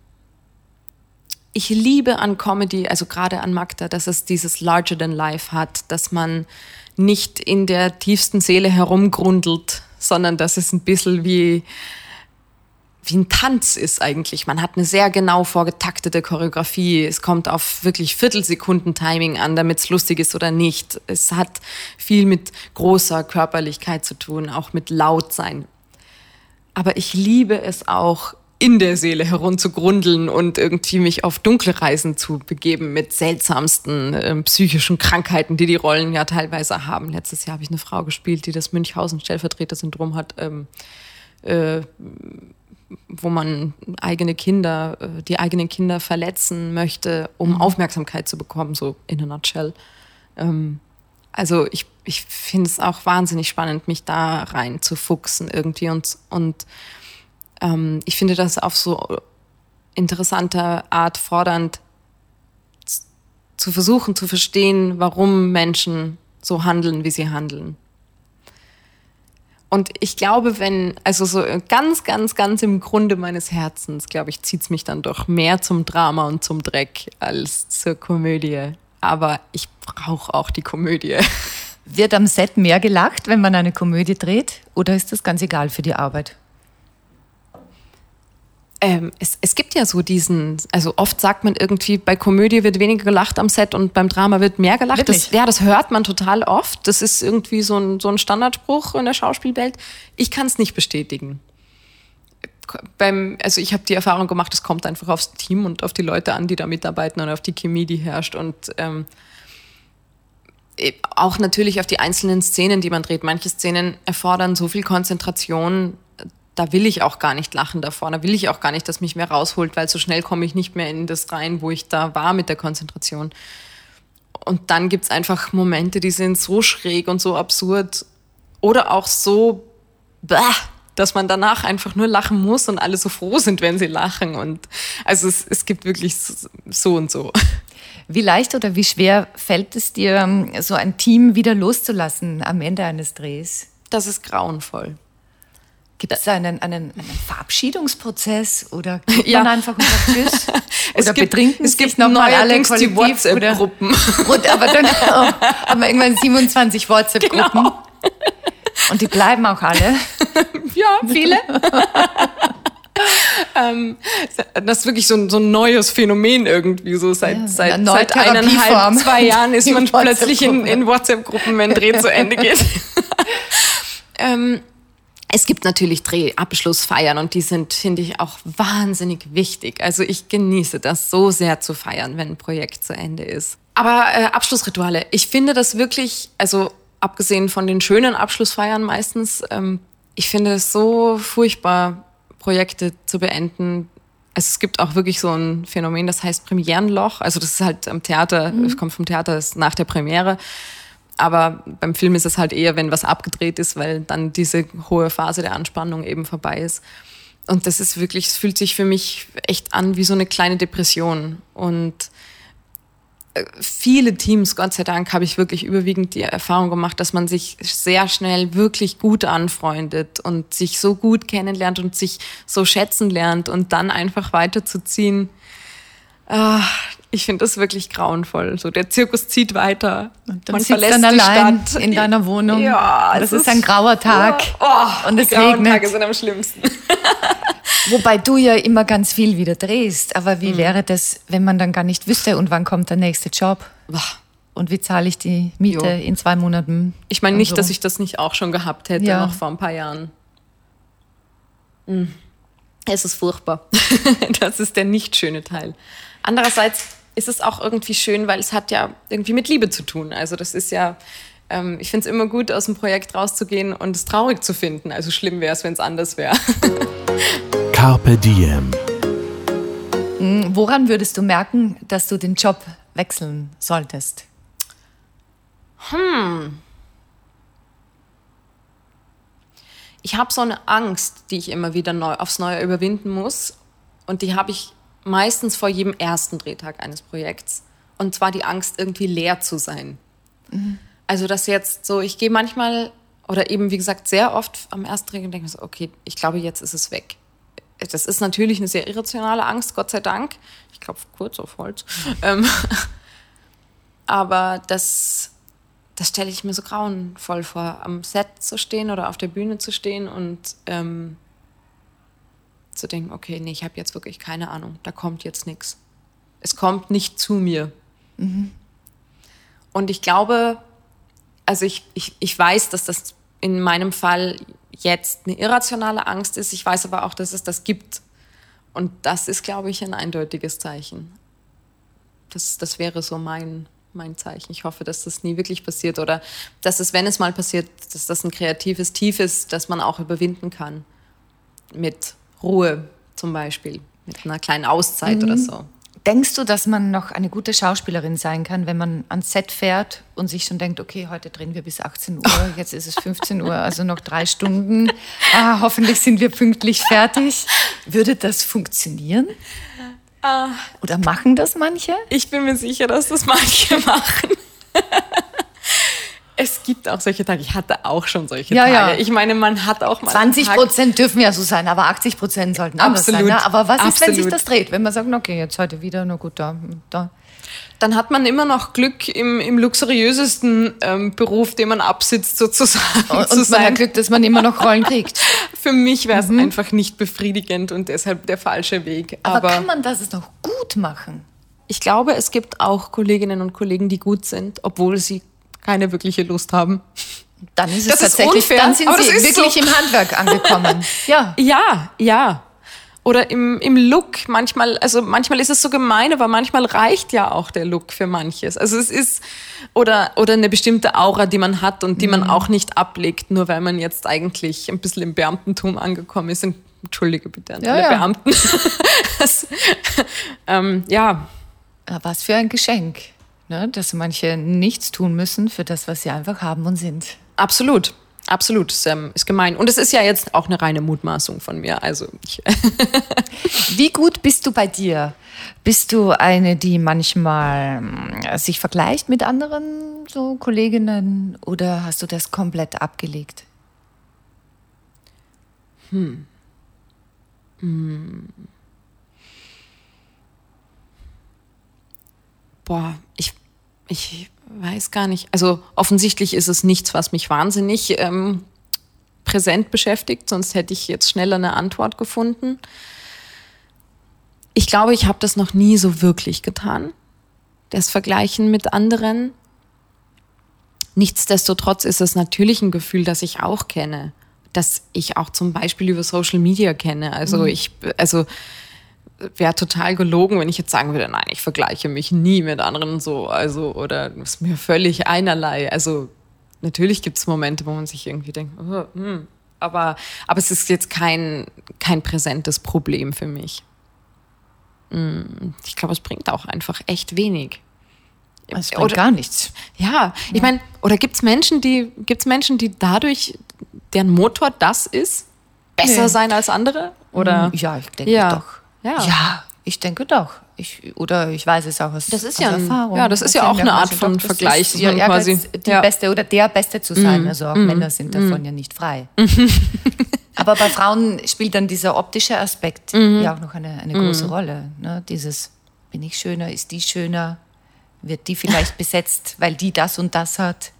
Ich liebe an Comedy, also gerade an Magda, dass es dieses Larger than Life hat, dass man nicht in der tiefsten Seele herumgrundelt, sondern dass es ein bisschen wie ein Tanz ist eigentlich. Man hat eine sehr genau vorgetaktete Choreografie. Es kommt auf wirklich Viertelsekunden-Timing an, damit es lustig ist oder nicht. Es hat viel mit großer Körperlichkeit zu tun, auch mit Lautsein. Aber ich liebe es auch, in der Seele herumzugrundeln und irgendwie mich auf dunkle Reisen zu begeben mit seltsamsten psychischen Krankheiten, die Rollen ja teilweise haben. Letztes Jahr habe ich eine Frau gespielt, die das Münchhausen-Stellvertreter-Syndrom hat, wo man die eigenen Kinder verletzen möchte, um Aufmerksamkeit zu bekommen, so in a nutshell. Also ich finde es auch wahnsinnig spannend, mich da rein zu fuchsen irgendwie und ich finde das auf so interessante Art fordernd zu versuchen zu verstehen, warum Menschen so handeln, wie sie handeln. Und ich glaube, also so ganz, ganz, ganz im Grunde meines Herzens, glaube ich, zieht es mich dann doch mehr zum Drama und zum Dreck als zur Komödie. Aber ich brauche auch die Komödie. Wird am Set mehr gelacht, wenn man eine Komödie dreht? Oder ist das ganz egal für die Arbeit? Es gibt ja so also oft sagt man irgendwie, bei Komödie wird weniger gelacht am Set und beim Drama wird mehr gelacht. Das hört man total oft. Das ist irgendwie so ein Standardspruch in der Schauspielwelt. Ich kann es nicht bestätigen. Also ich habe die Erfahrung gemacht, es kommt einfach aufs Team und auf die Leute an, die da mitarbeiten und auf die Chemie, die herrscht und auch natürlich auf die einzelnen Szenen, die man dreht. Manche Szenen erfordern so viel Konzentration, da will ich auch gar nicht lachen davor, da will ich auch gar nicht, dass mich mehr rausholt, weil so schnell komme ich nicht mehr in das rein, wo ich da war mit der Konzentration. Und dann gibt's einfach Momente, die sind so schräg und so absurd oder auch so, dass man danach einfach nur lachen muss und alle so froh sind, wenn sie lachen. Und also es gibt wirklich so und so. Wie leicht oder wie schwer fällt es dir, so ein Team wieder loszulassen am Ende eines Drehs? Das ist grauenvoll. Gibt es einen Verabschiedungsprozess oder gibt man einfach und sagt Tschüss? Oder betrinken es gibt nochmal alle kollektiv die WhatsApp-Gruppen. Aber dann haben wir irgendwann 27 WhatsApp-Gruppen. Genau. Und die bleiben auch alle. Ja, viele. Das ist wirklich so ein neues Phänomen irgendwie. So seit 1,5, 2 Jahren ist man plötzlich in WhatsApp-Gruppen, wenn ein Dreh zu Ende geht. Es gibt natürlich Drehabschlussfeiern und die sind, finde ich, auch wahnsinnig wichtig. Also ich genieße das so sehr zu feiern, wenn ein Projekt zu Ende ist. Aber Abschlussrituale, ich finde das wirklich, also abgesehen von den schönen Abschlussfeiern meistens, ich finde es so furchtbar, Projekte zu beenden. Also es gibt auch wirklich so ein Phänomen, das heißt Premierenloch. Also das ist halt am Theater, es kommt vom Theater, das ist nach der Premiere. Aber beim Film ist es halt eher, wenn was abgedreht ist, weil dann diese hohe Phase der Anspannung eben vorbei ist. Und das ist wirklich, es fühlt sich für mich echt an wie so eine kleine Depression. Und viele Teams, Gott sei Dank, habe ich wirklich überwiegend die Erfahrung gemacht, dass man sich sehr schnell wirklich gut anfreundet und sich so gut kennenlernt und sich so schätzen lernt und dann einfach weiterzuziehen. Ich finde das wirklich grauenvoll. So, der Zirkus zieht weiter. Und dann sitzt dann allein in deiner Wohnung. Ja, das ist ein grauer Tag. Und es regnet. Die Tage sind am schlimmsten. Wobei du ja immer ganz viel wieder drehst. Aber wie wäre das, wenn man dann gar nicht wüsste, und wann kommt der nächste Job? Und wie zahle ich die Miete in 2 Monaten? Ich meine nicht, dass ich das nicht auch schon gehabt hätte, noch vor ein paar Jahren. Es ist furchtbar. Das ist der nicht schöne Teil. Andererseits ist es auch irgendwie schön, weil es hat ja irgendwie mit Liebe zu tun. Also das ist ja, ich finde es immer gut, aus dem Projekt rauszugehen und es traurig zu finden. Also schlimm wäre es, wenn es anders wäre. Carpe Diem. Woran würdest du merken, dass du den Job wechseln solltest? Ich habe so eine Angst, die ich immer wieder aufs Neue überwinden muss. Und die habe ich meistens vor jedem ersten Drehtag eines Projekts. Und zwar die Angst, irgendwie leer zu sein. Also dass jetzt so, ich gehe manchmal, oder eben wie gesagt sehr oft am ersten Dreh und denke mir so, okay, ich glaube, jetzt ist es weg. Das ist natürlich eine sehr irrationale Angst, Gott sei Dank. Ich klopfe kurz auf Holz. Aber das stelle ich mir so grauenvoll vor, am Set zu stehen oder auf der Bühne zu stehen und zu denken, okay, nee, ich habe jetzt wirklich keine Ahnung, da kommt jetzt nichts. Es kommt nicht zu mir. Und ich glaube, also ich weiß, dass das in meinem Fall jetzt eine irrationale Angst ist. Ich weiß aber auch, dass es das gibt. Und das ist, glaube ich, ein eindeutiges Zeichen. Das wäre so mein Zeichen. Ich hoffe, dass das nie wirklich passiert oder dass es, wenn es mal passiert, dass das ein kreatives Tief ist, das man auch überwinden kann. Mit Ruhe zum Beispiel, mit einer kleinen Auszeit oder so. Denkst du, dass man noch eine gute Schauspielerin sein kann, wenn man ans Set fährt und sich schon denkt, okay, heute drehen wir bis 18 Uhr, jetzt ist es 15 Uhr, also noch 3 Stunden. Hoffentlich sind wir pünktlich fertig. Würde das funktionieren? Oder machen das manche? Ich bin mir sicher, dass das manche machen. Es gibt auch solche Tage. Ich hatte auch schon solche Tage. Ja. Ich meine, man hat auch mal 20% dürfen ja so sein, aber 80% sollten anders sein. Ne? Aber was ist, wenn sich das dreht? Wenn man sagt, okay, jetzt heute wieder, na gut, da. Dann hat man immer noch Glück im luxuriösesten Beruf, den man absitzt, sozusagen. Und man hat Glück, dass man immer noch Rollen kriegt. Für mich wäre es einfach nicht befriedigend und deshalb der falsche Weg. Aber kann man das noch gut machen? Ich glaube, es gibt auch Kolleginnen und Kollegen, die gut sind, obwohl sie keine wirkliche Lust haben. Dann ist es tatsächlich, dann sind sie wirklich so im Handwerk angekommen. Ja. Oder im Look. Manchmal ist es so gemein, aber manchmal reicht ja auch der Look für manches. Also es ist, oder eine bestimmte Aura, die man hat und die man auch nicht ablegt, nur weil man jetzt eigentlich ein bisschen im Beamtentum angekommen ist. Entschuldige bitte an alle Beamten. Was für ein Geschenk. Ne, dass manche nichts tun müssen für das, was sie einfach haben und sind. Absolut. Ist gemein. Und es ist ja jetzt auch eine reine Mutmaßung von mir. Also Wie gut bist du bei dir? Bist du eine, die manchmal sich vergleicht mit anderen so Kolleginnen oder hast du das komplett abgelegt? Boah, ich weiß gar nicht. Also offensichtlich ist es nichts, was mich wahnsinnig präsent beschäftigt, sonst hätte ich jetzt schneller eine Antwort gefunden. Ich glaube, ich habe das noch nie so wirklich getan, das Vergleichen mit anderen. Nichtsdestotrotz ist es natürlich ein Gefühl, das ich auch kenne, das ich auch zum Beispiel über Social Media kenne. Also wäre total gelogen, wenn ich jetzt sagen würde, nein, ich vergleiche mich nie mit anderen so, also, oder es ist mir völlig einerlei. Also natürlich gibt es Momente, wo man sich irgendwie denkt, Aber es ist jetzt kein präsentes Problem für mich. Ich glaube, es bringt auch einfach echt wenig. Es bringt gar nichts. Ja, ich meine, oder gibt's Menschen, die dadurch, deren Motor das ist, besser sein als andere? Oder? Ja, ich denke doch. Ja, ich denke doch. Ich weiß es auch aus Erfahrung. Ja, das ist ja auch eine Art von Vergleich. Ist, quasi die Beste oder der Beste zu sein. Also auch Männer sind davon ja nicht frei. Aber bei Frauen spielt dann dieser optische Aspekt ja auch noch eine große Rolle. Ne? Dieses, bin ich schöner, ist die schöner, wird die vielleicht besetzt, weil die das und das hat.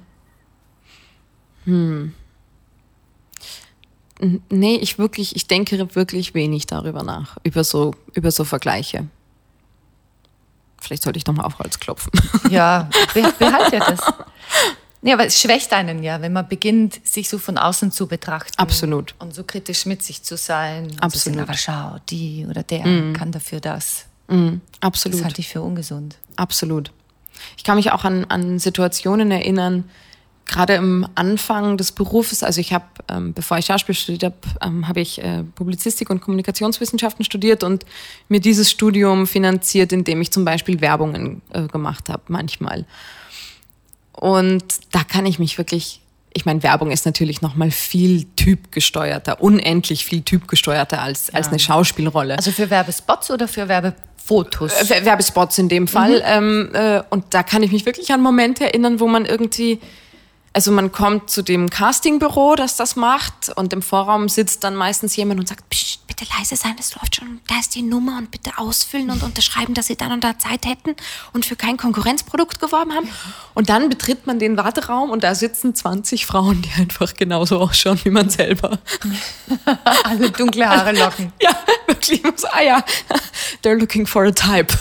Nee, ich denke wirklich wenig darüber nach, über so Vergleiche. Vielleicht sollte ich nochmal auf Holz klopfen. Ja, behalte das. Ja, aber es schwächt einen ja, wenn man beginnt, sich so von außen zu betrachten. Absolut. Und so kritisch mit sich zu sein. Und Absolut. zu sagen, aber schau, die oder der kann dafür das. Absolut. Das halte ich für ungesund. Absolut. Ich kann mich auch an Situationen erinnern, gerade im Anfang des Berufes, also ich habe, bevor ich Schauspiel studiert habe, habe ich Publizistik und Kommunikationswissenschaften studiert und mir dieses Studium finanziert, indem ich zum Beispiel Werbungen gemacht habe, manchmal. Und da kann ich mich wirklich, ich meine, Werbung ist natürlich nochmal viel typgesteuerter, unendlich viel typgesteuerter als eine Schauspielrolle. Also für Werbespots oder für Werbefotos? Werbespots in dem Fall. Und da kann ich mich wirklich an Momente erinnern, wo man irgendwie, also man kommt zu dem Castingbüro, das das macht, und im Vorraum sitzt dann meistens jemand und sagt, Psst, bitte leise sein, es läuft schon, da ist die Nummer und bitte ausfüllen und unterschreiben, dass sie dann und da Zeit hätten und für kein Konkurrenzprodukt geworben haben. Und dann betritt man den Warteraum und da sitzen 20 Frauen, die einfach genauso ausschauen wie man selber. Alle dunkle Haare, Locken. Ja, wirklich. Ja, they're looking for a type.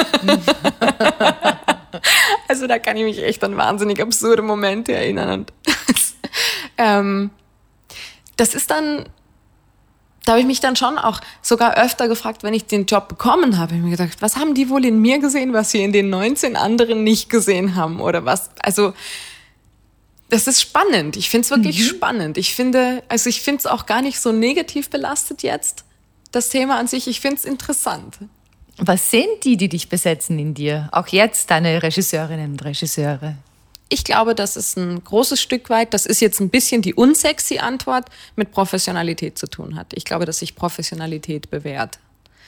Also da kann ich mich echt an wahnsinnig absurde Momente erinnern. Und das ist dann, da habe ich mich dann schon auch sogar öfter gefragt, wenn ich den Job bekommen habe, ich mir gedacht, was haben die wohl in mir gesehen, was sie in den 19 anderen nicht gesehen haben oder was? Also das ist spannend. Ich finde es wirklich spannend. Ich finde es auch gar nicht so negativ belastet jetzt, das Thema an sich. Ich finde es interessant. Was sehen die dich besetzen in dir? Auch jetzt deine Regisseurinnen und Regisseure? Ich glaube, das ist ein großes Stück weit, das ist jetzt ein bisschen die unsexy Antwort, mit Professionalität zu tun hat. Ich glaube, dass sich Professionalität bewährt.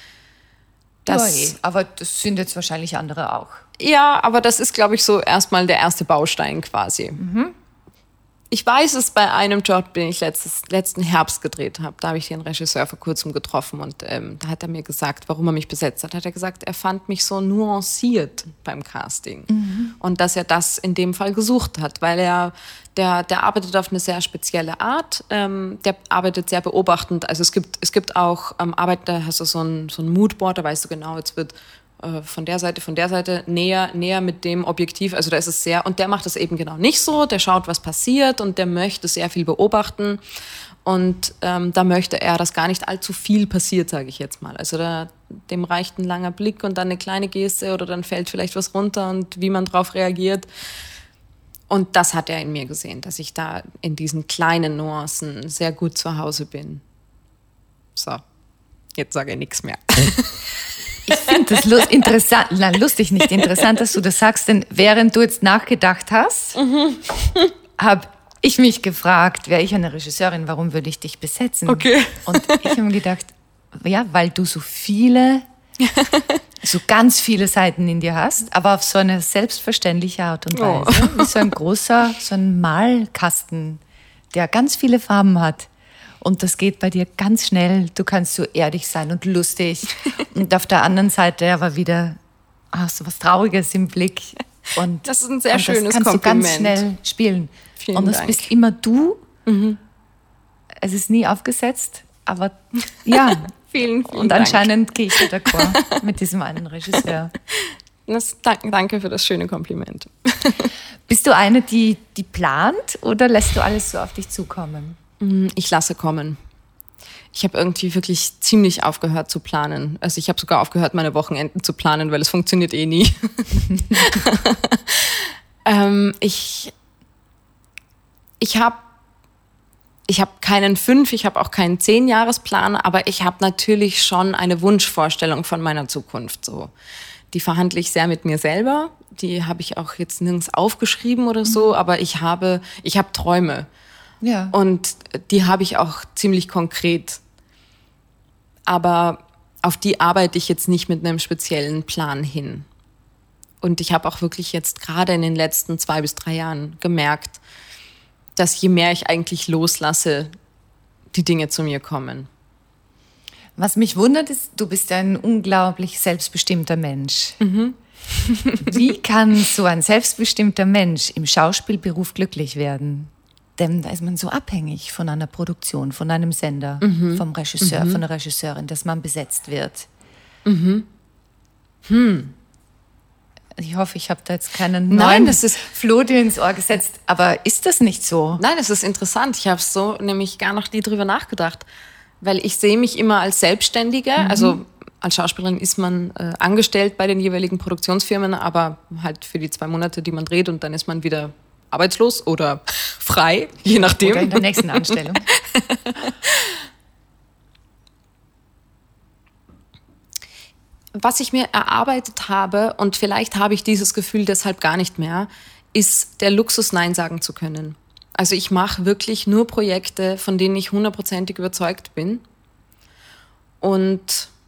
Aber das sind jetzt wahrscheinlich andere auch. Ja, aber das ist, glaube ich, so erstmal der erste Baustein quasi. Ich weiß es bei einem Job, den ich letzten Herbst gedreht habe. Da habe ich den Regisseur vor kurzem getroffen und da hat er mir gesagt, warum er mich besetzt hat. Hat er gesagt, er fand mich so nuanciert beim Casting und dass er das in dem Fall gesucht hat, weil der arbeitet auf eine sehr spezielle Art. Der arbeitet sehr beobachtend. Also es gibt auch da hast du so ein Moodboard, da weißt du genau, jetzt wird von der Seite, näher mit dem Objektiv, also da ist es sehr, und der macht es eben genau nicht so, der schaut, was passiert und der möchte sehr viel beobachten und da möchte er, dass gar nicht allzu viel passiert, sage ich jetzt mal. Also dem reicht ein langer Blick und dann eine kleine Geste oder dann fällt vielleicht was runter und wie man drauf reagiert. Und das hat er in mir gesehen, dass ich da in diesen kleinen Nuancen sehr gut zu Hause bin. So, jetzt sage ich nichts mehr. Ich finde das lustig, nicht interessant, dass du das sagst, denn während du jetzt nachgedacht hast, habe ich mich gefragt, wäre ich eine Regisseurin, warum würde ich dich besetzen? Okay. Und ich habe mir gedacht, ja, weil du so ganz viele Seiten in dir hast, aber auf so eine selbstverständliche Art und Weise. Wie so ein Malkasten, der ganz viele Farben hat. Und das geht bei dir ganz schnell. Du kannst so ehrlich sein und lustig. Und auf der anderen Seite aber wieder so was Trauriges im Blick. Und das ist ein sehr schönes Kompliment. Das kannst du ganz schnell spielen. Vielen und das Dank. bist immer du. Es ist nie aufgesetzt, aber ja. Vielen Und Dank. anscheinend gehe ich da d'accord mit diesem einen Regisseur. Danke für das schöne Kompliment. Bist du eine, die plant oder lässt du alles so auf dich zukommen? Ich lasse kommen. Ich habe irgendwie wirklich ziemlich aufgehört zu planen. Also ich habe sogar aufgehört, meine Wochenenden zu planen, weil es funktioniert eh nie. Ich habe ich habe keinen 5, ich habe auch keinen 10-Jahresplan, aber ich habe natürlich schon eine Wunschvorstellung von meiner Zukunft. So. Die verhandle ich sehr mit mir selber. Die habe ich auch jetzt nirgends aufgeschrieben oder so, aber ich habe Träume. Ja. Und die habe ich auch ziemlich konkret. Aber auf die arbeite ich jetzt nicht mit einem speziellen Plan hin. Und ich habe auch wirklich jetzt gerade in den letzten 2 bis 3 Jahren gemerkt, dass je mehr ich eigentlich loslasse, die Dinge zu mir kommen. Was mich wundert ist, du bist ein unglaublich selbstbestimmter Mensch. Wie kann so ein selbstbestimmter Mensch im Schauspielberuf glücklich werden? Denn da ist man so abhängig von einer Produktion, von einem Sender, vom Regisseur, von der Regisseurin, dass man besetzt wird. Ich hoffe, ich habe da jetzt keinen neuen Floh dir ins Ohr gesetzt. Aber ist das nicht so? Nein, das ist interessant. Ich habe so nämlich gar noch nie drüber nachgedacht. Weil ich sehe mich immer als Selbstständige. Also als Schauspielerin ist man angestellt bei den jeweiligen Produktionsfirmen, aber halt für die 2 Monate, die man dreht, und dann ist man wieder arbeitslos oder frei, je nachdem. Oder in der nächsten Anstellung. Was ich mir erarbeitet habe, und vielleicht habe ich dieses Gefühl deshalb gar nicht mehr, ist der Luxus, Nein sagen zu können. Also ich mache wirklich nur Projekte, von denen ich 100%ig überzeugt bin. Und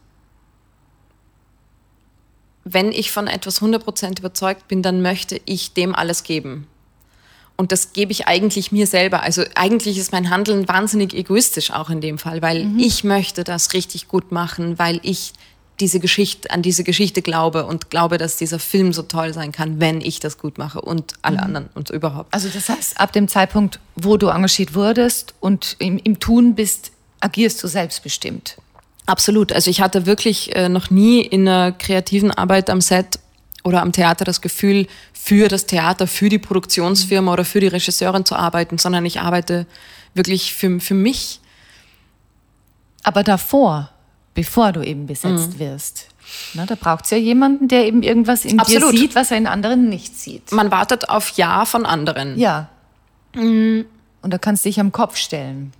wenn ich von etwas 100% überzeugt bin, dann möchte ich dem alles geben. Und das gebe ich eigentlich mir selber. Also eigentlich ist mein Handeln wahnsinnig egoistisch auch in dem Fall, weil ich möchte das richtig gut machen, weil ich an diese Geschichte glaube und glaube, dass dieser Film so toll sein kann, wenn ich das gut mache und alle anderen und überhaupt. Also das heißt, ab dem Zeitpunkt, wo du engagiert wurdest und im Tun bist, agierst du selbstbestimmt. Absolut. Also ich hatte wirklich noch nie in einer kreativen Arbeit am Set oder am Theater das Gefühl, für das Theater, für die Produktionsfirma oder für die Regisseurin zu arbeiten, sondern ich arbeite wirklich für mich. Aber davor, bevor du eben besetzt wirst, na, da braucht es ja jemanden, der eben irgendwas in dir sieht, was er in anderen nicht sieht. Man wartet auf Ja von anderen. Ja. Und da kannst du dich am Kopf stellen.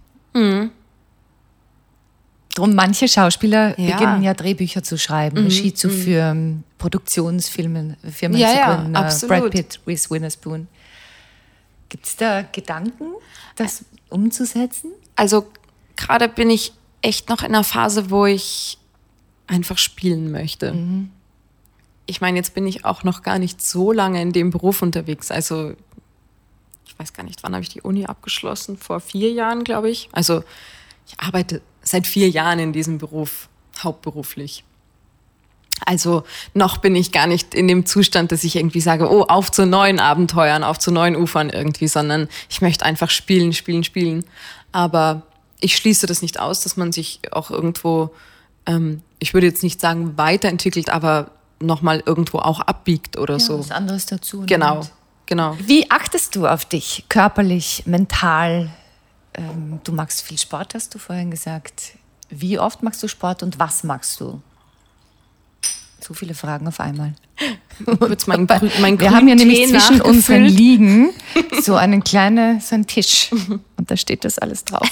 Drum manche Schauspieler beginnen ja Drehbücher zu schreiben, Regie zu führen, Produktionsfirmen zu gründen, Brad Pitt, Reese Witherspoon. Gibt es da Gedanken, das umzusetzen? Also gerade bin ich echt noch in einer Phase, wo ich einfach spielen möchte. Ich meine, jetzt bin ich auch noch gar nicht so lange in dem Beruf unterwegs. Also ich weiß gar nicht, wann habe ich die Uni abgeschlossen? Vor 4 Jahren, glaube ich. Also ich arbeite seit 4 Jahren in diesem Beruf, hauptberuflich. Also noch bin ich gar nicht in dem Zustand, dass ich irgendwie sage, oh, auf zu neuen Abenteuern, auf zu neuen Ufern irgendwie, sondern ich möchte einfach spielen. Aber ich schließe das nicht aus, dass man sich auch irgendwo, ich würde jetzt nicht sagen weiterentwickelt, aber nochmal irgendwo auch abbiegt oder so. Was anderes dazu. Genau. Wie achtest du auf dich? Körperlich, mental? Du magst viel Sport, hast du vorhin gesagt. Wie oft machst du Sport und was machst du? So viele Fragen auf einmal. Wir haben ja nämlich zwischen unseren Liegen so einen Tisch und da steht das alles drauf.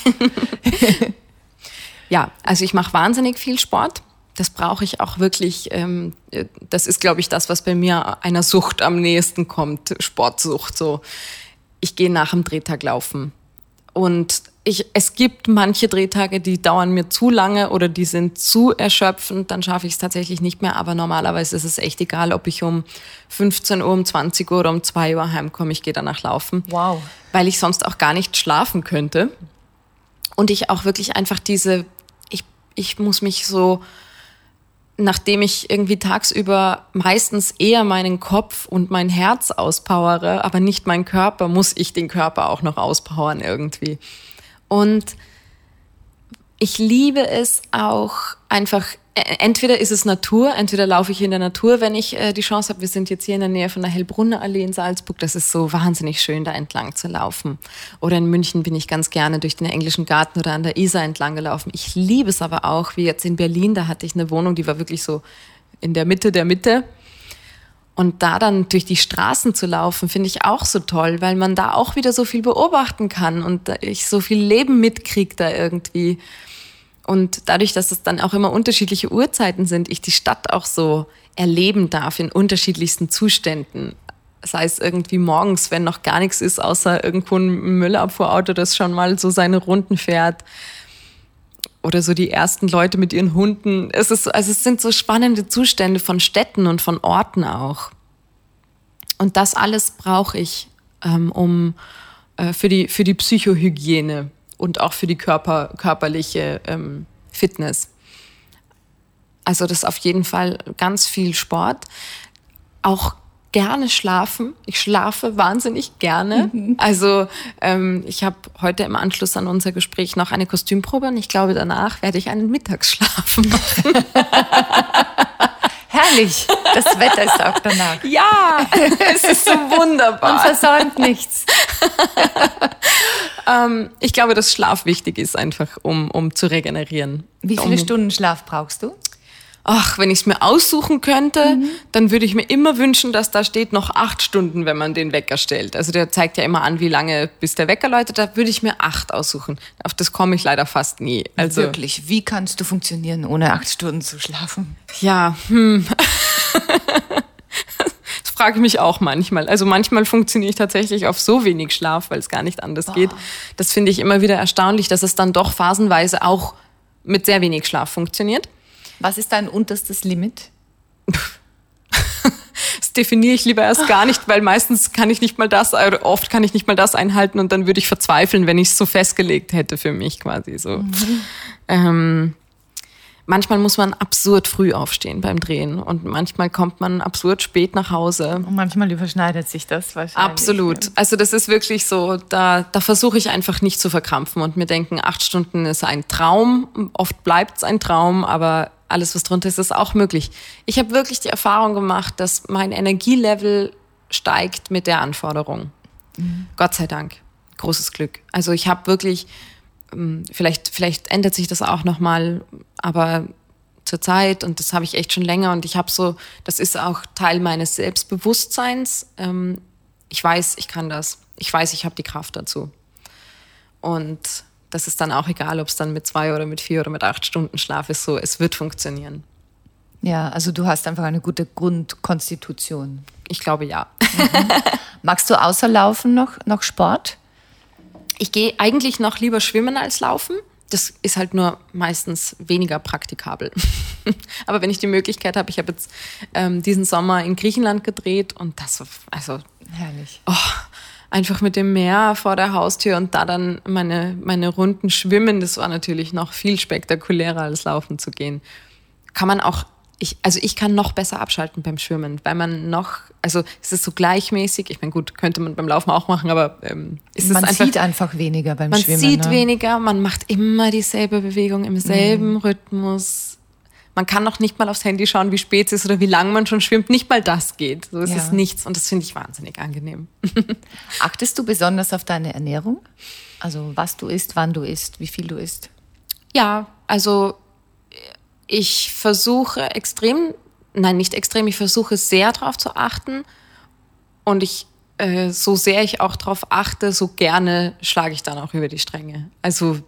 Ja, also ich mache wahnsinnig viel Sport. Das brauche ich auch wirklich. Das ist, glaube ich, das, was bei mir einer Sucht am nächsten kommt, Sportsucht. So, ich gehe nach dem Drehtag laufen. Und es gibt manche Drehtage, die dauern mir zu lange oder die sind zu erschöpfend, dann schaffe ich es tatsächlich nicht mehr. Aber normalerweise ist es echt egal, ob ich um 15 Uhr, um 20 Uhr oder um 2 Uhr heimkomme. Ich gehe danach laufen, weil ich sonst auch gar nicht schlafen könnte. Und ich auch wirklich einfach ich muss mich so, nachdem ich irgendwie tagsüber meistens eher meinen Kopf und mein Herz auspowere, aber nicht meinen Körper, muss ich den Körper auch noch auspowern irgendwie. Und ich liebe es auch einfach, entweder ist es Natur, entweder laufe ich in der Natur, wenn ich die Chance habe. Wir sind jetzt hier in der Nähe von der Hellbrunner Allee in Salzburg. Das ist so wahnsinnig schön, da entlang zu laufen. Oder in München bin ich ganz gerne durch den Englischen Garten oder an der Isar entlang gelaufen. Ich liebe es aber auch, wie jetzt in Berlin, da hatte ich eine Wohnung, die war wirklich so in der Mitte der Mitte. Und da dann durch die Straßen zu laufen, finde ich auch so toll, weil man da auch wieder so viel beobachten kann und ich so viel Leben mitkriege da irgendwie. Und dadurch, dass es dann auch immer unterschiedliche Uhrzeiten sind, ich die Stadt auch so erleben darf in unterschiedlichsten Zuständen. Sei es irgendwie morgens, wenn noch gar nichts ist, außer irgendwo ein Müllabfuhrauto, das schon mal so seine Runden fährt. Oder so die ersten Leute mit ihren Hunden. Es sind so spannende Zustände von Städten und von Orten auch. Und das alles brauche ich für die Psychohygiene und auch für die körperliche Fitness. Also das ist auf jeden Fall ganz viel Sport. Auch gerne schlafen. Ich schlafe wahnsinnig gerne. Also ich habe heute im Anschluss an unser Gespräch noch eine Kostümprobe und ich glaube, danach werde ich einen Mittagsschlaf machen. Herrlich, das Wetter ist auch danach. Ja, es ist so wunderbar. Man versäumt nichts. Ich glaube, dass Schlaf wichtig ist, einfach um zu regenerieren. Wie viele Stunden Schlaf brauchst du? Ach, wenn ich es mir aussuchen könnte, dann würde ich mir immer wünschen, dass da steht noch 8 Stunden, wenn man den Wecker stellt. Also der zeigt ja immer an, wie lange bis der Wecker läutet. Da würde ich mir 8 aussuchen. Auf das komme ich leider fast nie. Also wirklich, wie kannst du funktionieren, ohne 8 Stunden zu schlafen? Ja, das frage ich mich auch manchmal. Also manchmal funktioniere ich tatsächlich auf so wenig Schlaf, weil es gar nicht anders geht. Das finde ich immer wieder erstaunlich, dass es dann doch phasenweise auch mit sehr wenig Schlaf funktioniert. Was ist dein unterstes Limit? Das definiere ich lieber erst gar nicht, weil meistens kann ich nicht mal das, oder oft kann ich nicht mal das einhalten und dann würde ich verzweifeln, wenn ich es so festgelegt hätte für mich quasi so. Manchmal muss man absurd früh aufstehen beim Drehen und manchmal kommt man absurd spät nach Hause. Und manchmal überschneidet sich das wahrscheinlich. Absolut. Also das ist wirklich so, da versuche ich einfach nicht zu verkrampfen und mir denken, 8 Stunden ist ein Traum. Oft bleibt es ein Traum, aber alles, was drunter ist, ist auch möglich. Ich habe wirklich die Erfahrung gemacht, dass mein Energielevel steigt mit der Anforderung. Gott sei Dank. Großes Glück. Also ich habe wirklich, vielleicht ändert sich das auch nochmal, aber zur Zeit, und das habe ich echt schon länger, und ich habe so, das ist auch Teil meines Selbstbewusstseins. Ich weiß, ich kann das. Ich weiß, ich habe die Kraft dazu. Und das ist dann auch egal, ob es dann mit 2 oder mit 4 oder mit 8 Stunden Schlaf ist, so, es wird funktionieren. Ja, also du hast einfach eine gute Grundkonstitution. Ich glaube, ja. Magst du außer Laufen noch Sport? Ich gehe eigentlich noch lieber schwimmen als laufen. Das ist halt nur meistens weniger praktikabel. Aber wenn ich die Möglichkeit habe, ich habe jetzt diesen Sommer in Griechenland gedreht und das, also herrlich. Einfach mit dem Meer vor der Haustür und da dann meine Runden schwimmen, das war natürlich noch viel spektakulärer als laufen zu gehen. Kann man auch, ich kann noch besser abschalten beim Schwimmen, weil man es ist so gleichmäßig, ich meine gut, könnte man beim Laufen auch machen, aber man sieht einfach weniger beim Schwimmen. Man sieht weniger, man macht immer dieselbe Bewegung im selben Rhythmus. Man kann noch nicht mal aufs Handy schauen, wie spät es ist oder wie lange man schon schwimmt. Nicht mal das geht. So ist es nichts und das finde ich wahnsinnig angenehm. Achtest du besonders auf deine Ernährung? Also was du isst, wann du isst, wie viel du isst? Ja, also ich versuche ich versuche sehr darauf zu achten und so sehr ich auch darauf achte, so gerne schlage ich dann auch über die Stränge. Also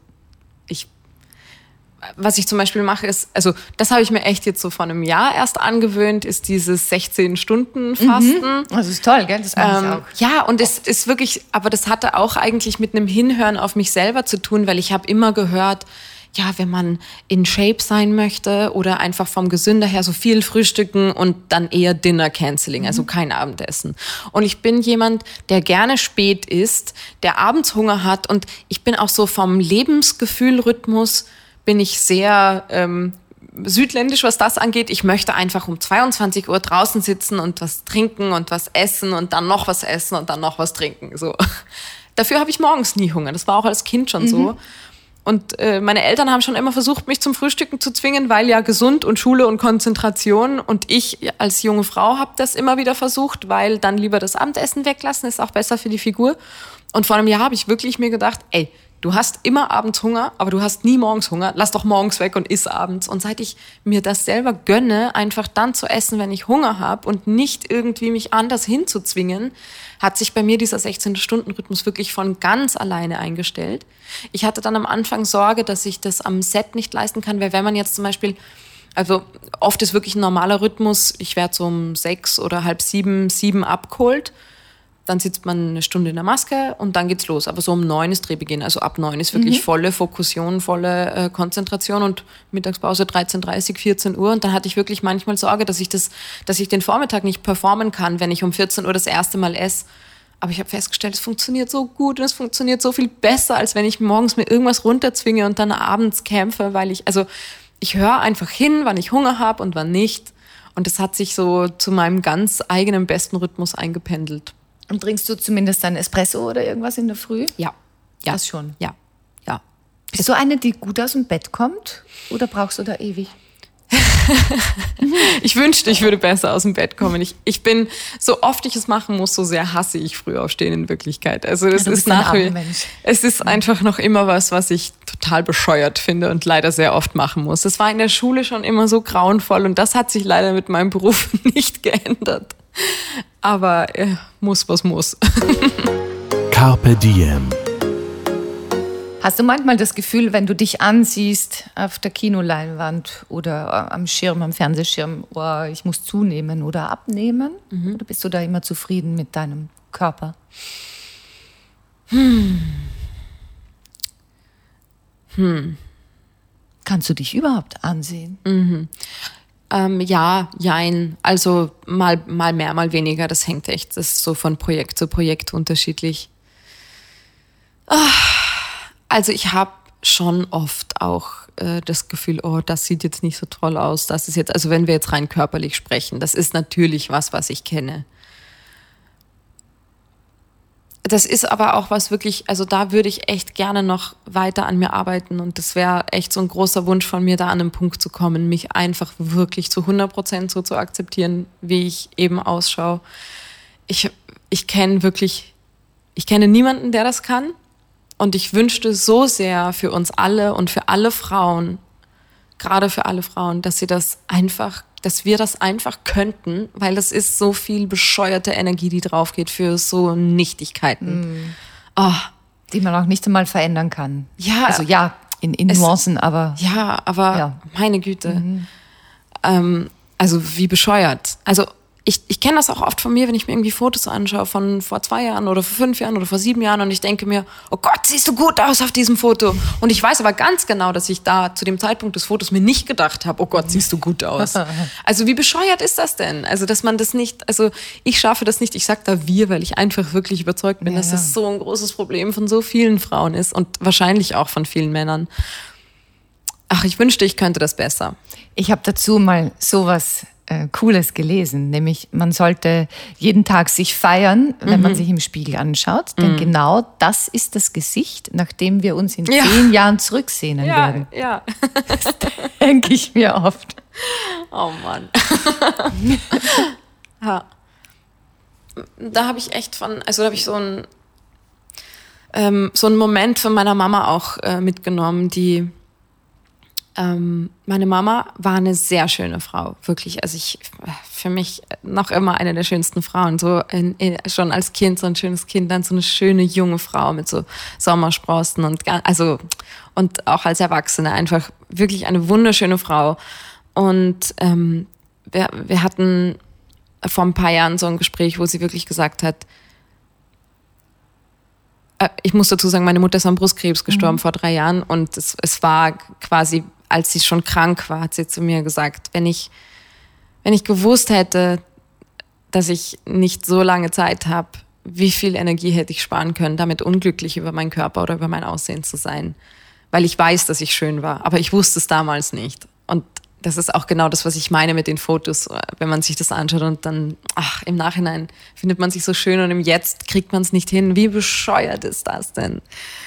was ich zum Beispiel mache ist, also das habe ich mir echt jetzt so vor einem Jahr erst angewöhnt, ist dieses 16-Stunden-Fasten. Das ist toll, gell? Das mache ich auch. Ja, und es ist wirklich, aber das hatte auch eigentlich mit einem Hinhören auf mich selber zu tun, weil ich habe immer gehört, ja, wenn man in Shape sein möchte oder einfach vom Gesünder her so viel frühstücken und dann eher Dinner Canceling, also kein Abendessen. Und ich bin jemand, der gerne spät isst, der abends Hunger hat und ich bin auch so vom Lebensgefühlrhythmus bin ich sehr südländisch, was das angeht. Ich möchte einfach um 22 Uhr draußen sitzen und was trinken und was essen und dann noch was essen und dann noch was trinken. So. Dafür habe ich morgens nie Hunger. Das war auch als Kind schon so. Und meine Eltern haben schon immer versucht, mich zum Frühstücken zu zwingen, weil ja gesund und Schule und Konzentration. Und ich als junge Frau habe das immer wieder versucht, weil dann lieber das Abendessen weglassen, ist auch besser für die Figur. Und vor einem Jahr habe ich wirklich mir gedacht, ey, du hast immer abends Hunger, aber du hast nie morgens Hunger. Lass doch morgens weg und iss abends. Und seit ich mir das selber gönne, einfach dann zu essen, wenn ich Hunger habe und nicht irgendwie mich anders hinzuzwingen, hat sich bei mir dieser 16-Stunden-Rhythmus wirklich von ganz alleine eingestellt. Ich hatte dann am Anfang Sorge, dass ich das am Set nicht leisten kann, weil wenn man jetzt zum Beispiel, also oft ist wirklich ein normaler Rhythmus, ich werde so um 6 oder halb 7 abgeholt. Dann sitzt man eine Stunde in der Maske und dann geht's los. Aber so um 9 ist Drehbeginn. Also ab 9 ist wirklich volle Fokussation, volle Konzentration und Mittagspause 13:30, 14 Uhr. Und dann hatte ich wirklich manchmal Sorge, dass ich den Vormittag nicht performen kann, wenn ich um 14 Uhr das erste Mal esse. Aber ich habe festgestellt, es funktioniert so gut und es funktioniert so viel besser, als wenn ich morgens mir irgendwas runterzwinge und dann abends kämpfe, weil ich höre einfach hin, wann ich Hunger habe und wann nicht. Und das hat sich so zu meinem ganz eigenen besten Rhythmus eingependelt. Und trinkst du zumindest einen Espresso oder irgendwas in der Früh? Ja. Das schon? Ja. Bist du eine, die gut aus dem Bett kommt? Oder brauchst du da ewig? Ich wünschte, ich würde besser aus dem Bett kommen. Ich bin, so oft ich es machen muss, so sehr hasse ich Frühaufstehen in Wirklichkeit. Also das ist es ist einfach noch immer was ich total bescheuert finde und leider sehr oft machen muss. Das war in der Schule schon immer so grauenvoll und das hat sich leider mit meinem Beruf nicht geändert. Aber muss, was muss. Carpe Diem. Hast du manchmal das Gefühl, wenn du dich ansiehst auf der Kinoleinwand oder am Schirm, am Fernsehschirm, oh, ich muss zunehmen oder abnehmen? Oder bist du da immer zufrieden mit deinem Körper? Kannst du dich überhaupt ansehen? Ja, jein. Also mal mehr, mal weniger. Das hängt echt. Das ist so von Projekt zu Projekt unterschiedlich. Also ich habe schon oft auch das Gefühl, oh, das sieht jetzt nicht so toll aus. Das ist jetzt, also wenn wir jetzt rein körperlich sprechen, das ist natürlich was ich kenne. Das ist aber auch was wirklich, also da würde ich echt gerne noch weiter an mir arbeiten und das wäre echt so ein großer Wunsch von mir, da an einen Punkt zu kommen, mich einfach wirklich zu 100% so zu akzeptieren, wie ich eben ausschaue. Ich kenne niemanden, der das kann und ich wünschte so sehr für uns alle und für alle Frauen, gerade für alle Frauen, dass wir das einfach könnten, weil das ist so viel bescheuerte Energie, die drauf geht für so Nichtigkeiten. Die man auch nicht einmal verändern kann. Ja. Also ja, in Nuancen, aber... Ja, aber ja. Meine Güte. Also wie bescheuert. Also ich kenne das auch oft von mir, wenn ich mir irgendwie Fotos anschaue von vor 2 Jahren oder vor 5 Jahren oder vor 7 Jahren und ich denke mir, oh Gott, siehst du gut aus auf diesem Foto. Und ich weiß aber ganz genau, dass ich da zu dem Zeitpunkt des Fotos mir nicht gedacht habe, oh Gott, siehst du gut aus. Also wie bescheuert ist das denn? Also dass man das nicht, also ich schaffe das nicht, ich sag da wir, weil ich einfach wirklich überzeugt bin, dass das so ein großes Problem von so vielen Frauen ist und wahrscheinlich auch von vielen Männern. Ach, ich wünschte, ich könnte das besser. Ich habe dazu mal sowas Cooles gelesen, nämlich man sollte jeden Tag sich feiern, wenn man sich im Spiegel anschaut, denn genau das ist das Gesicht, nach dem wir uns in 10 Jahren zurücksehnen werden. Ja. Das denke ich mir oft. Oh Mann. Ja. Da habe ich echt so einen Moment von meiner Mama auch mitgenommen, meine Mama war eine sehr schöne Frau, wirklich. Also für mich noch immer eine der schönsten Frauen. So schon als Kind, so ein schönes Kind, dann so eine schöne junge Frau mit so Sommersprossen und auch als Erwachsene einfach wirklich eine wunderschöne Frau. Und wir hatten vor ein paar Jahren so ein Gespräch, wo sie wirklich gesagt hat, ich muss dazu sagen, meine Mutter ist an Brustkrebs gestorben vor 3 Jahren und es war quasi, als sie schon krank war, hat sie zu mir gesagt, wenn ich gewusst hätte, dass ich nicht so lange Zeit habe, wie viel Energie hätte ich sparen können, damit unglücklich über meinen Körper oder über mein Aussehen zu sein. Weil ich weiß, dass ich schön war, aber ich wusste es damals nicht. Und das ist auch genau das, was ich meine mit den Fotos, wenn man sich das anschaut und dann, im Nachhinein findet man sich so schön und im Jetzt kriegt man es nicht hin. Wie bescheuert ist das denn?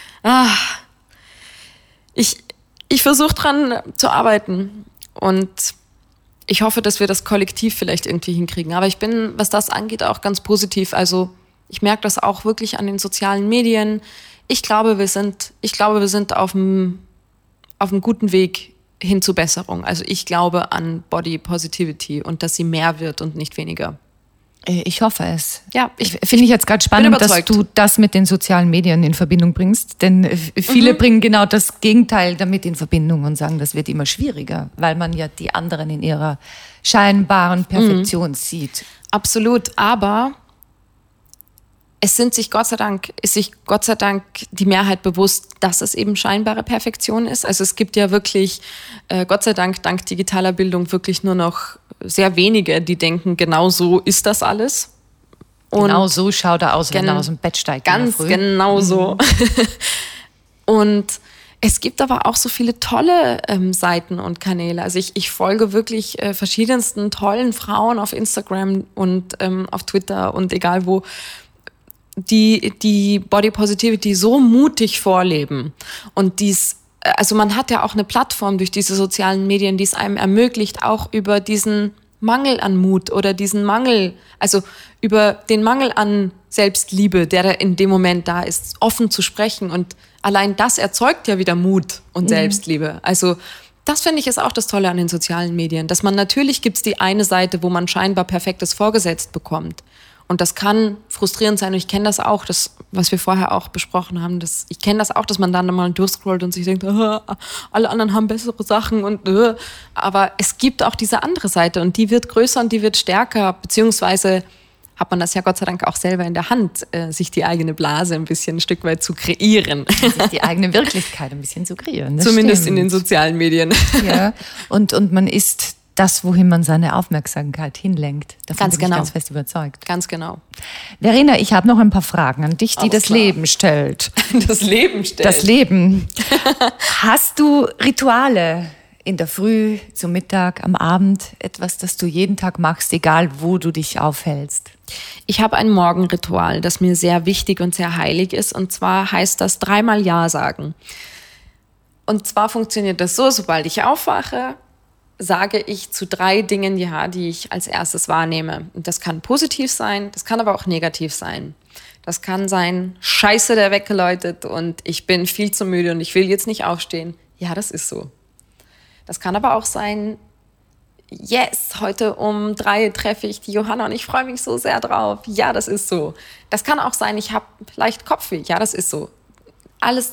Ich versuche dran zu arbeiten und ich hoffe, dass wir das kollektiv vielleicht irgendwie hinkriegen. Aber ich bin, was das angeht, auch ganz positiv. Also ich merke das auch wirklich an den sozialen Medien. Ich glaube, wir sind auf einem guten Weg hin zur Besserung. Also ich glaube an Body Positivity und dass sie mehr wird und nicht weniger. Ich hoffe es. Ja, finde ich jetzt gerade spannend, dass du das mit den sozialen Medien in Verbindung bringst. Denn viele bringen genau das Gegenteil damit in Verbindung und sagen, das wird immer schwieriger, weil man ja die anderen in ihrer scheinbaren Perfektion sieht. Absolut, aber es ist sich Gott sei Dank die Mehrheit bewusst, dass es eben scheinbare Perfektion ist. Also es gibt ja wirklich, Gott sei Dank, dank digitaler Bildung wirklich nur noch sehr wenige, die denken, genau so ist das alles. Und genau so schaut er aus, wenn er aus dem Bett steigt. Ganz genau so. Und es gibt aber auch so viele tolle Seiten und Kanäle. Also ich folge wirklich verschiedensten tollen Frauen auf Instagram und auf Twitter und egal wo, die Body Positivity so mutig vorleben. Und also man hat ja auch eine Plattform durch diese sozialen Medien, die es einem ermöglicht, auch über diesen Mangel an Mut oder also über den Mangel an Selbstliebe, der da in dem Moment da ist, offen zu sprechen. Und allein das erzeugt ja wieder Mut und Selbstliebe. Also das finde ich ist auch das Tolle an den sozialen Medien, dass man natürlich gibt's die eine Seite, wo man scheinbar Perfektes vorgesetzt bekommt. Und das kann frustrierend sein. Und ich kenne das auch, das, was wir vorher auch besprochen haben. Ich kenne das auch, dass man dann mal durchscrollt und sich denkt, alle anderen haben bessere Sachen. Aber es gibt auch diese andere Seite und die wird größer und die wird stärker. Beziehungsweise hat man das ja Gott sei Dank auch selber in der Hand, sich die eigene Blase ein Stück weit zu kreieren. Sich die eigene Wirklichkeit ein bisschen zu kreieren. Zumindest stimmt. In den sozialen Medien. Ja, und man ist das, wohin man seine Aufmerksamkeit hinlenkt. Davon bin ich ganz fest überzeugt. Ganz genau. Verena, ich habe noch ein paar Fragen an dich, die das Leben stellt. Das Leben stellt? Das Leben. Hast du Rituale in der Früh, zum Mittag, am Abend? Etwas, das du jeden Tag machst, egal wo du dich aufhältst? Ich habe ein Morgenritual, das mir sehr wichtig und sehr heilig ist. Und zwar heißt das 3-mal Ja sagen. Und zwar funktioniert das so, sobald ich aufwache, sage ich zu 3 Dingen Ja, die ich als erstes wahrnehme. Und das kann positiv sein, das kann aber auch negativ sein. Das kann sein, Scheiße, der Wecker läutet und ich bin viel zu müde und ich will jetzt nicht aufstehen. Ja, das ist so. Das kann aber auch sein, yes, heute um 3 treffe ich die Johanna und ich freue mich so sehr drauf. Ja, das ist so. Das kann auch sein, ich habe leicht Kopfweh. Ja, das ist so. Alles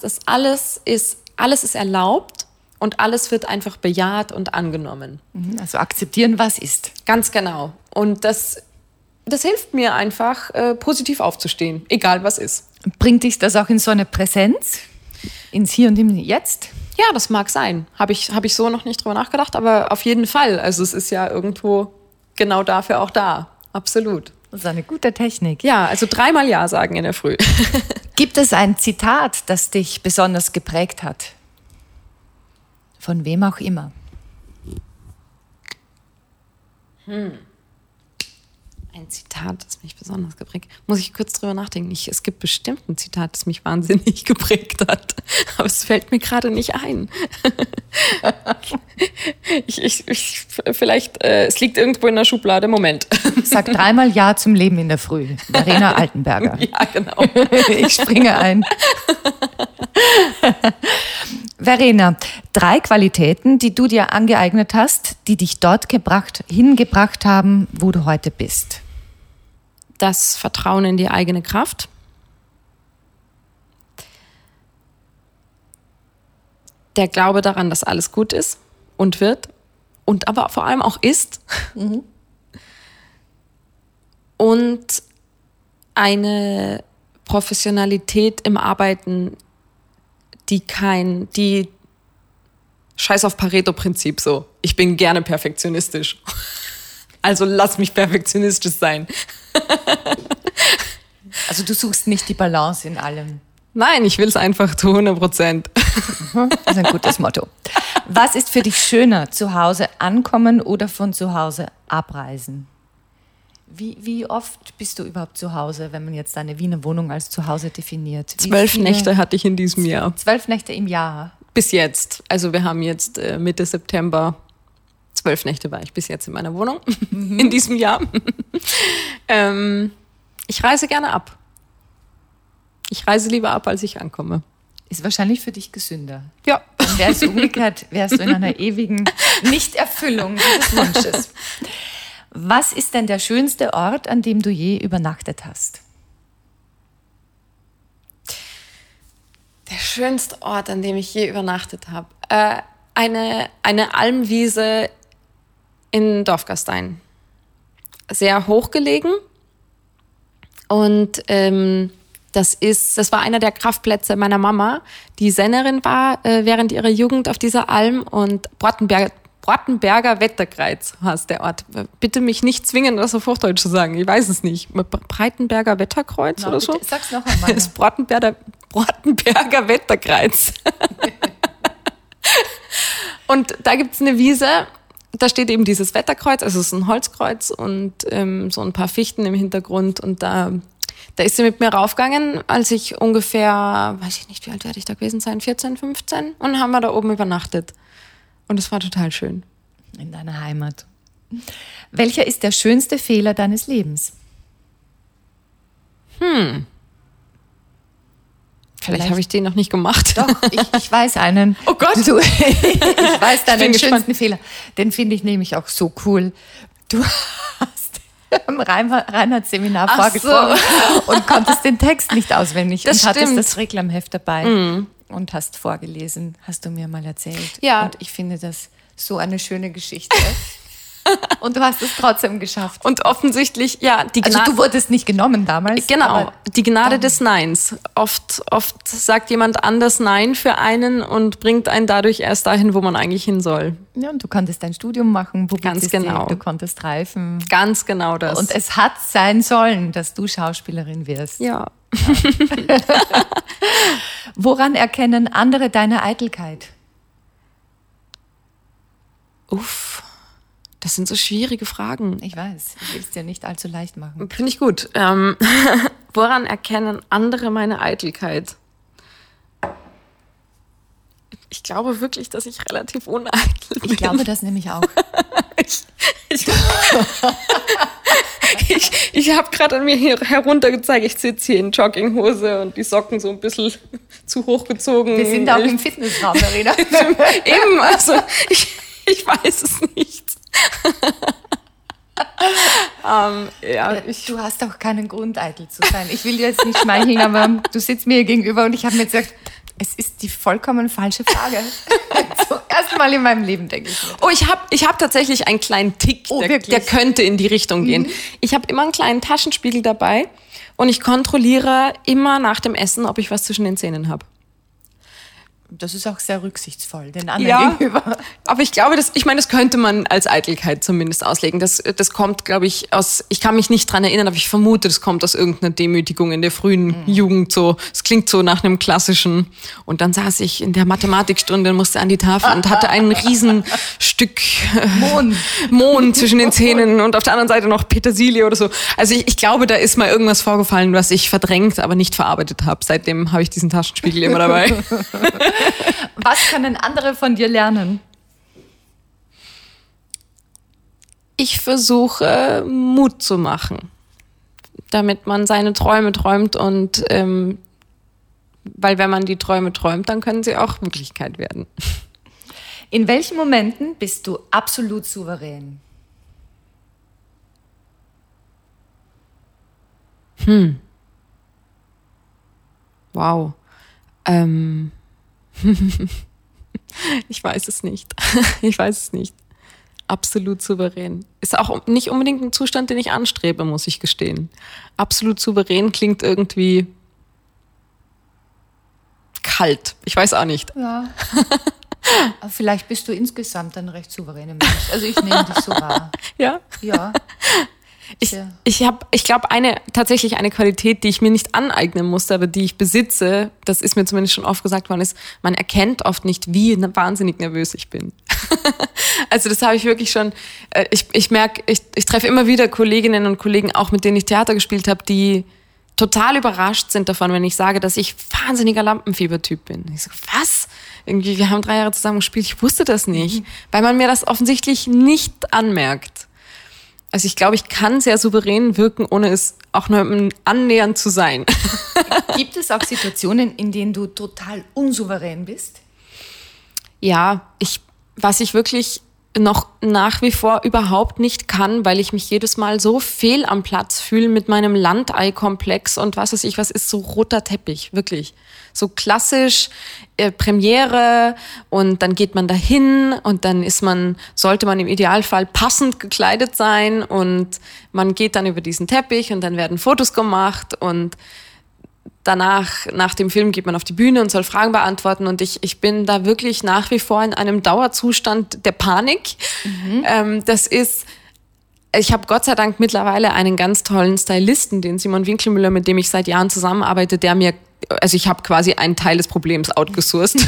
ist erlaubt. Und alles wird einfach bejaht und angenommen. Also akzeptieren, was ist. Ganz genau. Und das hilft mir einfach, positiv aufzustehen, egal was ist. Bringt dich das auch in so eine Präsenz? Ins Hier und im Jetzt? Ja, das mag sein. Hab ich so noch nicht drüber nachgedacht, aber auf jeden Fall. Also es ist ja irgendwo genau dafür auch da. Absolut. Das ist eine gute Technik. Ja, also 3-mal Ja sagen in der Früh. Gibt es ein Zitat, das dich besonders geprägt hat? Von wem auch immer. Ein Zitat, das mich besonders geprägt hat. Muss ich kurz drüber nachdenken. Es gibt bestimmt ein Zitat, das mich wahnsinnig geprägt hat. Aber es fällt mir gerade nicht ein. Vielleicht, es liegt irgendwo in der Schublade. Moment. Sag 3-mal Ja zum Leben in der Früh. Verena Altenberger. Ja, genau. Ich springe ein. Verena, 3 Qualitäten, die du dir angeeignet hast, die dich dort hingebracht haben, wo du heute bist. Das Vertrauen in die eigene Kraft. Der Glaube daran, dass alles gut ist und wird und aber vor allem auch ist. Und eine Professionalität im Arbeiten, die Scheiß auf Pareto-Prinzip so. Ich bin gerne perfektionistisch. Also lass mich perfektionistisch sein. Also du suchst nicht die Balance in allem. Nein, ich will es einfach zu 100%. Das ist ein gutes Motto. Was ist für dich schöner, zu Hause ankommen oder von zu Hause abreisen? Wie oft bist du überhaupt zu Hause, wenn man jetzt deine Wiener Wohnung als Zuhause definiert? 12 Nächte hatte ich in diesem Jahr. 12 Nächte im Jahr? Bis jetzt. Also wir haben jetzt Mitte September. 12 Nächte war ich bis jetzt in meiner Wohnung in diesem Jahr. Ich reise gerne ab. Ich reise lieber ab, als ich ankomme. Ist wahrscheinlich für dich gesünder. Ja. Dann wäre es umgekehrt, wärst du in einer ewigen Nichterfüllung dieses Wunsches. Was ist denn der schönste Ort, an dem du je übernachtet hast? Der schönste Ort, an dem ich je übernachtet habe. Eine Almwiese in Dorfgastein. Sehr hochgelegen. Und das war einer der Kraftplätze meiner Mama, die Sennerin war während ihrer Jugend auf dieser Alm, und Brattenberger Wetterkreuz heißt der Ort. Bitte mich nicht zwingen, das auf Hochdeutsch zu sagen. Ich weiß es nicht. Breitenberger Wetterkreuz oder so? Sag's noch einmal. Das Brattenberger Wetterkreuz. Und da gibt's eine Wiese, da steht eben dieses Wetterkreuz, also es ist ein Holzkreuz und so ein paar Fichten im Hintergrund, und da ist sie mit mir raufgegangen, als ich ungefähr, weiß ich nicht, wie alt werde ich da gewesen sein, 14, 15, und haben wir da oben übernachtet. Und es war total schön. In deiner Heimat. Welcher ist der schönste Fehler deines Lebens? Vielleicht habe ich den noch nicht gemacht. Doch, ich weiß einen. Oh Gott. Ich weiß deinen schönsten gespannt. Fehler. Den finde ich nämlich auch so cool. Du hast am Reinhardt-Seminar vorgesprochen und konntest den Text nicht auswendig. Das und hattest stimmt. das Reklamheft dabei und hast vorgelesen, hast du mir mal erzählt. Ja. Und ich finde das so eine schöne Geschichte. Und du hast es trotzdem geschafft. Und offensichtlich, ja, die Also Gnade. du wurdest nicht genommen damals. Genau, aber die Gnade des Neins. Oft sagt jemand anders Nein für einen und bringt einen dadurch erst dahin, wo man eigentlich hin soll. ja, und du konntest dein Studium machen, Ganz genau. du konntest reifen. Ganz genau das. Und es hat sein sollen, dass du Schauspielerin wirst. ja. Woran erkennen andere deine Eitelkeit? Uff, das sind so schwierige Fragen. Ich weiß, ich will es dir nicht allzu leicht machen. Finde ich gut. Woran erkennen andere meine Eitelkeit? Ich glaube wirklich, dass ich relativ uneitel bin. Ich glaube das nämlich auch. Ich habe gerade an mir hier heruntergezeigt, ich sitze hier in Jogginghose und die Socken so ein bisschen zu hoch gezogen. Wir sind auch im Fitnessraum, Verena. Eben, also ich weiß es nicht. Du hast auch keinen Grund, eitel zu sein. Ich will dir jetzt nicht schmeicheln, aber du sitzt mir hier gegenüber und ich habe mir jetzt gesagt, es ist die vollkommen falsche Frage. Zum ersten Mal in meinem Leben, denke ich mir. Oh, ich hab tatsächlich einen kleinen Tick, der könnte in die Richtung gehen. Ich habe immer einen kleinen Taschenspiegel dabei und ich kontrolliere immer nach dem Essen, ob ich was zwischen den Zähnen habe. Das ist auch sehr rücksichtsvoll den anderen gegenüber. Aber ich glaube, das könnte man als Eitelkeit zumindest auslegen. Das kommt, glaube ich, ich kann mich nicht dran erinnern, aber ich vermute, das kommt aus irgendeiner Demütigung in der frühen Jugend so. Es klingt so nach einem klassischen. Und dann saß ich in der Mathematikstunde und musste an die Tafel und hatte ein Riesenstück Mohn zwischen den Zähnen und auf der anderen Seite noch Petersilie oder so. Also ich glaube, da ist mal irgendwas vorgefallen, was ich verdrängt, aber nicht verarbeitet habe. Seitdem habe ich diesen Taschenspiegel immer dabei. Was können andere von dir lernen? Ich versuche, Mut zu machen, damit man seine Träume träumt und weil wenn man die Träume träumt, dann können sie auch Wirklichkeit werden. In welchen Momenten bist du absolut souverän? Wow. Ich weiß es nicht. Absolut souverän. Ist auch nicht unbedingt ein Zustand, den ich anstrebe, muss ich gestehen. Absolut souverän klingt irgendwie kalt. Ich weiß auch nicht. Ja. Aber vielleicht bist du insgesamt ein recht souveräner Mensch. Also ich nehme dich so wahr. Ja? Ja. Ich glaube, tatsächlich eine Qualität, die ich mir nicht aneignen musste, aber die ich besitze, das ist mir zumindest schon oft gesagt worden, ist, man erkennt oft nicht, wie wahnsinnig nervös ich bin. Also das habe ich wirklich schon, ich merke, ich treffe immer wieder Kolleginnen und Kollegen, auch mit denen ich Theater gespielt habe, die total überrascht sind davon, wenn ich sage, dass ich wahnsinniger Lampenfiebertyp bin. Ich so, was? Irgendwie, wir haben 3 Jahre zusammen gespielt, ich wusste das nicht, weil man mir das offensichtlich nicht anmerkt. Also ich glaube, ich kann sehr souverän wirken, ohne es auch nur annähernd zu sein. Gibt es auch Situationen, in denen du total unsouverän bist? Ja, was ich wirklich noch nach wie vor überhaupt nicht kann, weil ich mich jedes Mal so fehl am Platz fühle mit meinem Landei-Komplex und was weiß ich, was ist so roter Teppich, wirklich. So klassisch Premiere und dann geht man dahin und dann sollte man im Idealfall passend gekleidet sein und man geht dann über diesen Teppich und dann werden Fotos gemacht und danach, nach dem Film, geht man auf die Bühne und soll Fragen beantworten und ich bin da wirklich nach wie vor in einem Dauerzustand der Panik. Ich habe Gott sei Dank mittlerweile einen ganz tollen Stylisten, den Simon Winkelmüller, mit dem ich seit Jahren zusammenarbeite, ich habe quasi einen Teil des Problems outgesourced.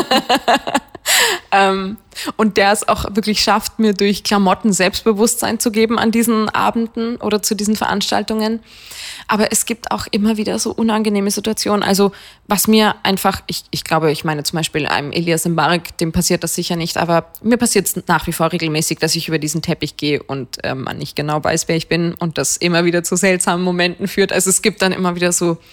Und der es auch wirklich schafft, mir durch Klamotten Selbstbewusstsein zu geben an diesen Abenden oder zu diesen Veranstaltungen. Aber es gibt auch immer wieder so unangenehme Situationen. Also was mir einfach, ich glaube, ich meine zum Beispiel einem Elias Mbarek, dem passiert das sicher nicht, aber mir passiert es nach wie vor regelmäßig, dass ich über diesen Teppich gehe und man nicht genau weiß, wer ich bin und das immer wieder zu seltsamen Momenten führt. Also es gibt dann immer wieder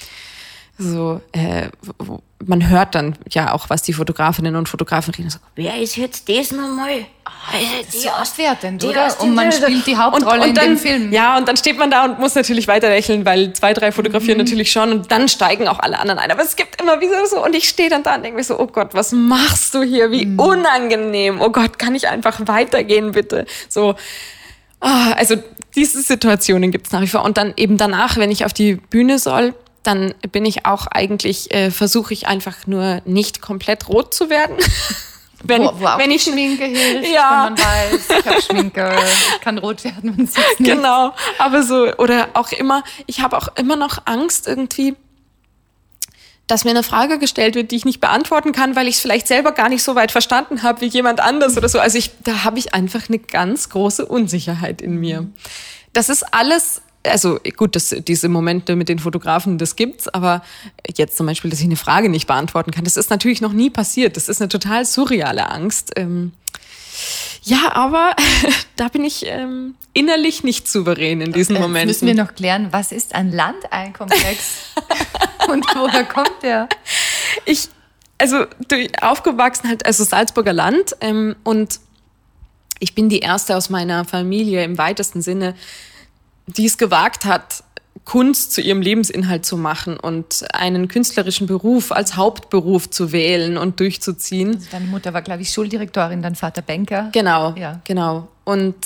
man hört dann ja auch, was die Fotografinnen und Fotografen reden. So, wer ist jetzt das nochmal? Das ist so auswertend, oder? Und man spielt die Hauptrolle in dem Film. Ja, und dann steht man da und muss natürlich weiter lächeln, weil 2, 3 fotografieren natürlich schon und dann steigen auch alle anderen ein. Aber es gibt immer wieder so und ich stehe dann da und denke mir so, oh Gott, was machst du hier? Wie unangenehm. Oh Gott, kann ich einfach weitergehen, bitte? So, also diese Situationen gibt es nach wie vor. Und dann eben danach, wenn ich auf die Bühne soll, dann bin ich auch eigentlich, versuche ich einfach nur nicht komplett rot zu werden. Wo auch wenn ich Schminke hilft, ja. Wenn man weiß, ich habe Schminke, ich kann rot werden, man sieht es nicht. Genau, aber ich habe auch immer noch Angst irgendwie, dass mir eine Frage gestellt wird, die ich nicht beantworten kann, weil ich es vielleicht selber gar nicht so weit verstanden habe wie jemand anders oder so. Also da habe ich einfach eine ganz große Unsicherheit in mir. Das ist alles. Also gut, diese Momente mit den Fotografen, das gibt's, aber jetzt zum Beispiel, dass ich eine Frage nicht beantworten kann, das ist natürlich noch nie passiert. Das ist eine total surreale Angst. Ja, aber da bin ich innerlich nicht souverän in diesen Momenten. Jetzt müssen wir noch klären, was ist ein Landei-Komplex und woher kommt der? Aufgewachsen halt, also Salzburger Land und ich bin die erste aus meiner Familie im weitesten Sinne, die es gewagt hat, Kunst zu ihrem Lebensinhalt zu machen und einen künstlerischen Beruf als Hauptberuf zu wählen und durchzuziehen. Also deine Mutter war, glaube ich, Schuldirektorin, dein Vater Banker. Genau, ja. Genau. Und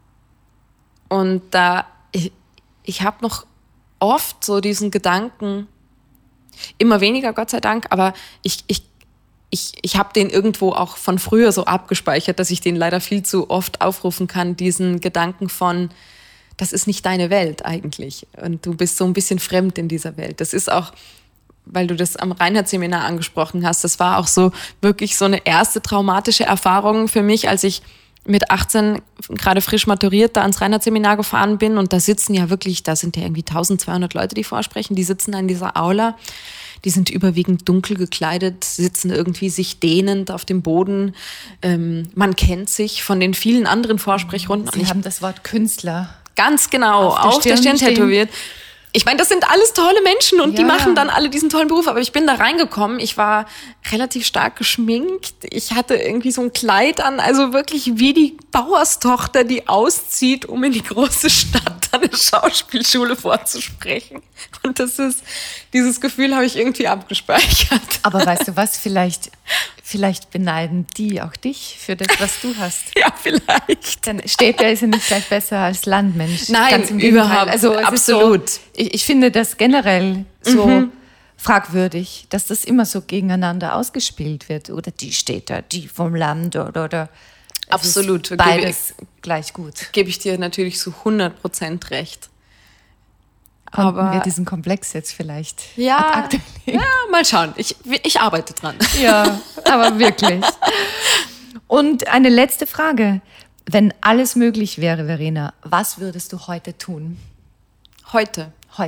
da, ich habe noch oft so diesen Gedanken, immer weniger, Gott sei Dank, aber ich habe den irgendwo auch von früher so abgespeichert, dass ich den leider viel zu oft aufrufen kann, diesen Gedanken von, das ist nicht deine Welt eigentlich und du bist so ein bisschen fremd in dieser Welt. Das ist auch, weil du das am Reinhardt-Seminar angesprochen hast, das war auch so wirklich so eine erste traumatische Erfahrung für mich, als ich mit 18 gerade frisch maturiert da ans Reinhardt-Seminar gefahren bin und da sind ja irgendwie 1200 Leute, die vorsprechen, die sitzen da in dieser Aula. Die sind überwiegend dunkel gekleidet, sitzen irgendwie sich dehnend auf dem Boden. Man kennt sich von den vielen anderen Vorsprechrunden. Sie haben das Wort Künstler. Ganz genau, auf der Stirn tätowiert. Ich meine, das sind alles tolle Menschen und die machen dann alle diesen tollen Beruf. Aber ich bin da reingekommen, ich war relativ stark geschminkt. Ich hatte irgendwie so ein Kleid an, also wirklich wie die Bauerstochter, die auszieht, um in die große Stadt eine Schauspielschule vorzusprechen. Und dieses Gefühl habe ich irgendwie abgespeichert. Aber weißt du was, vielleicht beneiden die auch dich für das, was du hast. Ja, vielleicht. Dann Städter ist ja nicht gleich besser als Landmensch. Nein, ganz im Gegenteil. überhaupt. Also absolut. So, ich finde das generell so fragwürdig, dass das immer so gegeneinander ausgespielt wird. Oder die Städter, die vom Land oder absolut. Beides gleich gut. Gebe ich dir natürlich zu 100% recht. Konnten wir diesen Komplex jetzt vielleicht ja, mal schauen. Ich arbeite dran. Ja, aber wirklich. Und eine letzte Frage. Wenn alles möglich wäre, Verena, was würdest du heute tun? Heute.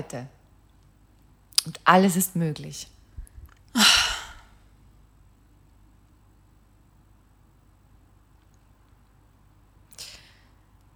Und alles ist möglich.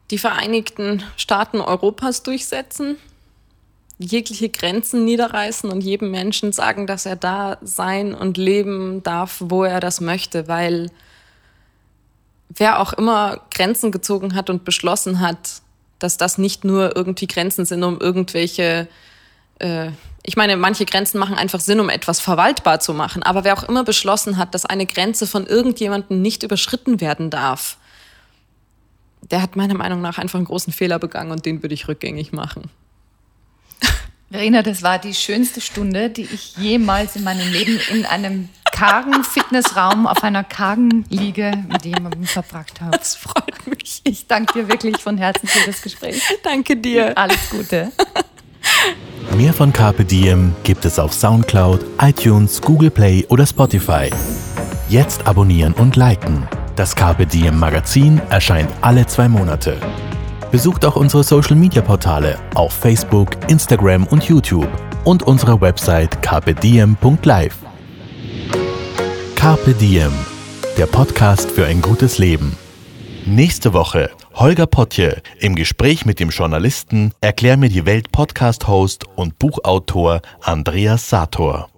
die Vereinigten Staaten Europas durchsetzen, jegliche Grenzen niederreißen und jedem Menschen sagen, dass er da sein und leben darf, wo er das möchte, weil wer auch immer Grenzen gezogen hat und beschlossen hat, dass das nicht nur irgendwie Grenzen sind, um irgendwelche, ich meine, manche Grenzen machen einfach Sinn, um etwas verwaltbar zu machen, aber wer auch immer beschlossen hat, dass eine Grenze von irgendjemandem nicht überschritten werden darf, der hat meiner Meinung nach einfach einen großen Fehler begangen und den würde ich rückgängig machen. Verena, das war die schönste Stunde, die ich jemals in meinem Leben in einem kargen Fitnessraum auf einer kargen Liege mit jemandem verbracht habe. Das freut mich. Ich danke dir wirklich von Herzen für das Gespräch. Danke dir. Alles Gute. Mehr von Carpe Diem gibt es auf Soundcloud, iTunes, Google Play oder Spotify. Jetzt abonnieren und liken. Das Carpe Diem Magazin erscheint alle 2 Monate. Besucht auch unsere Social-Media-Portale auf Facebook, Instagram und YouTube und unsere Website carpediem.live. Carpe Diem, der Podcast für ein gutes Leben. Nächste Woche Holger Potje im Gespräch mit dem Journalisten Erklär mir die Welt Podcast-Host und Buchautor Andreas Sator.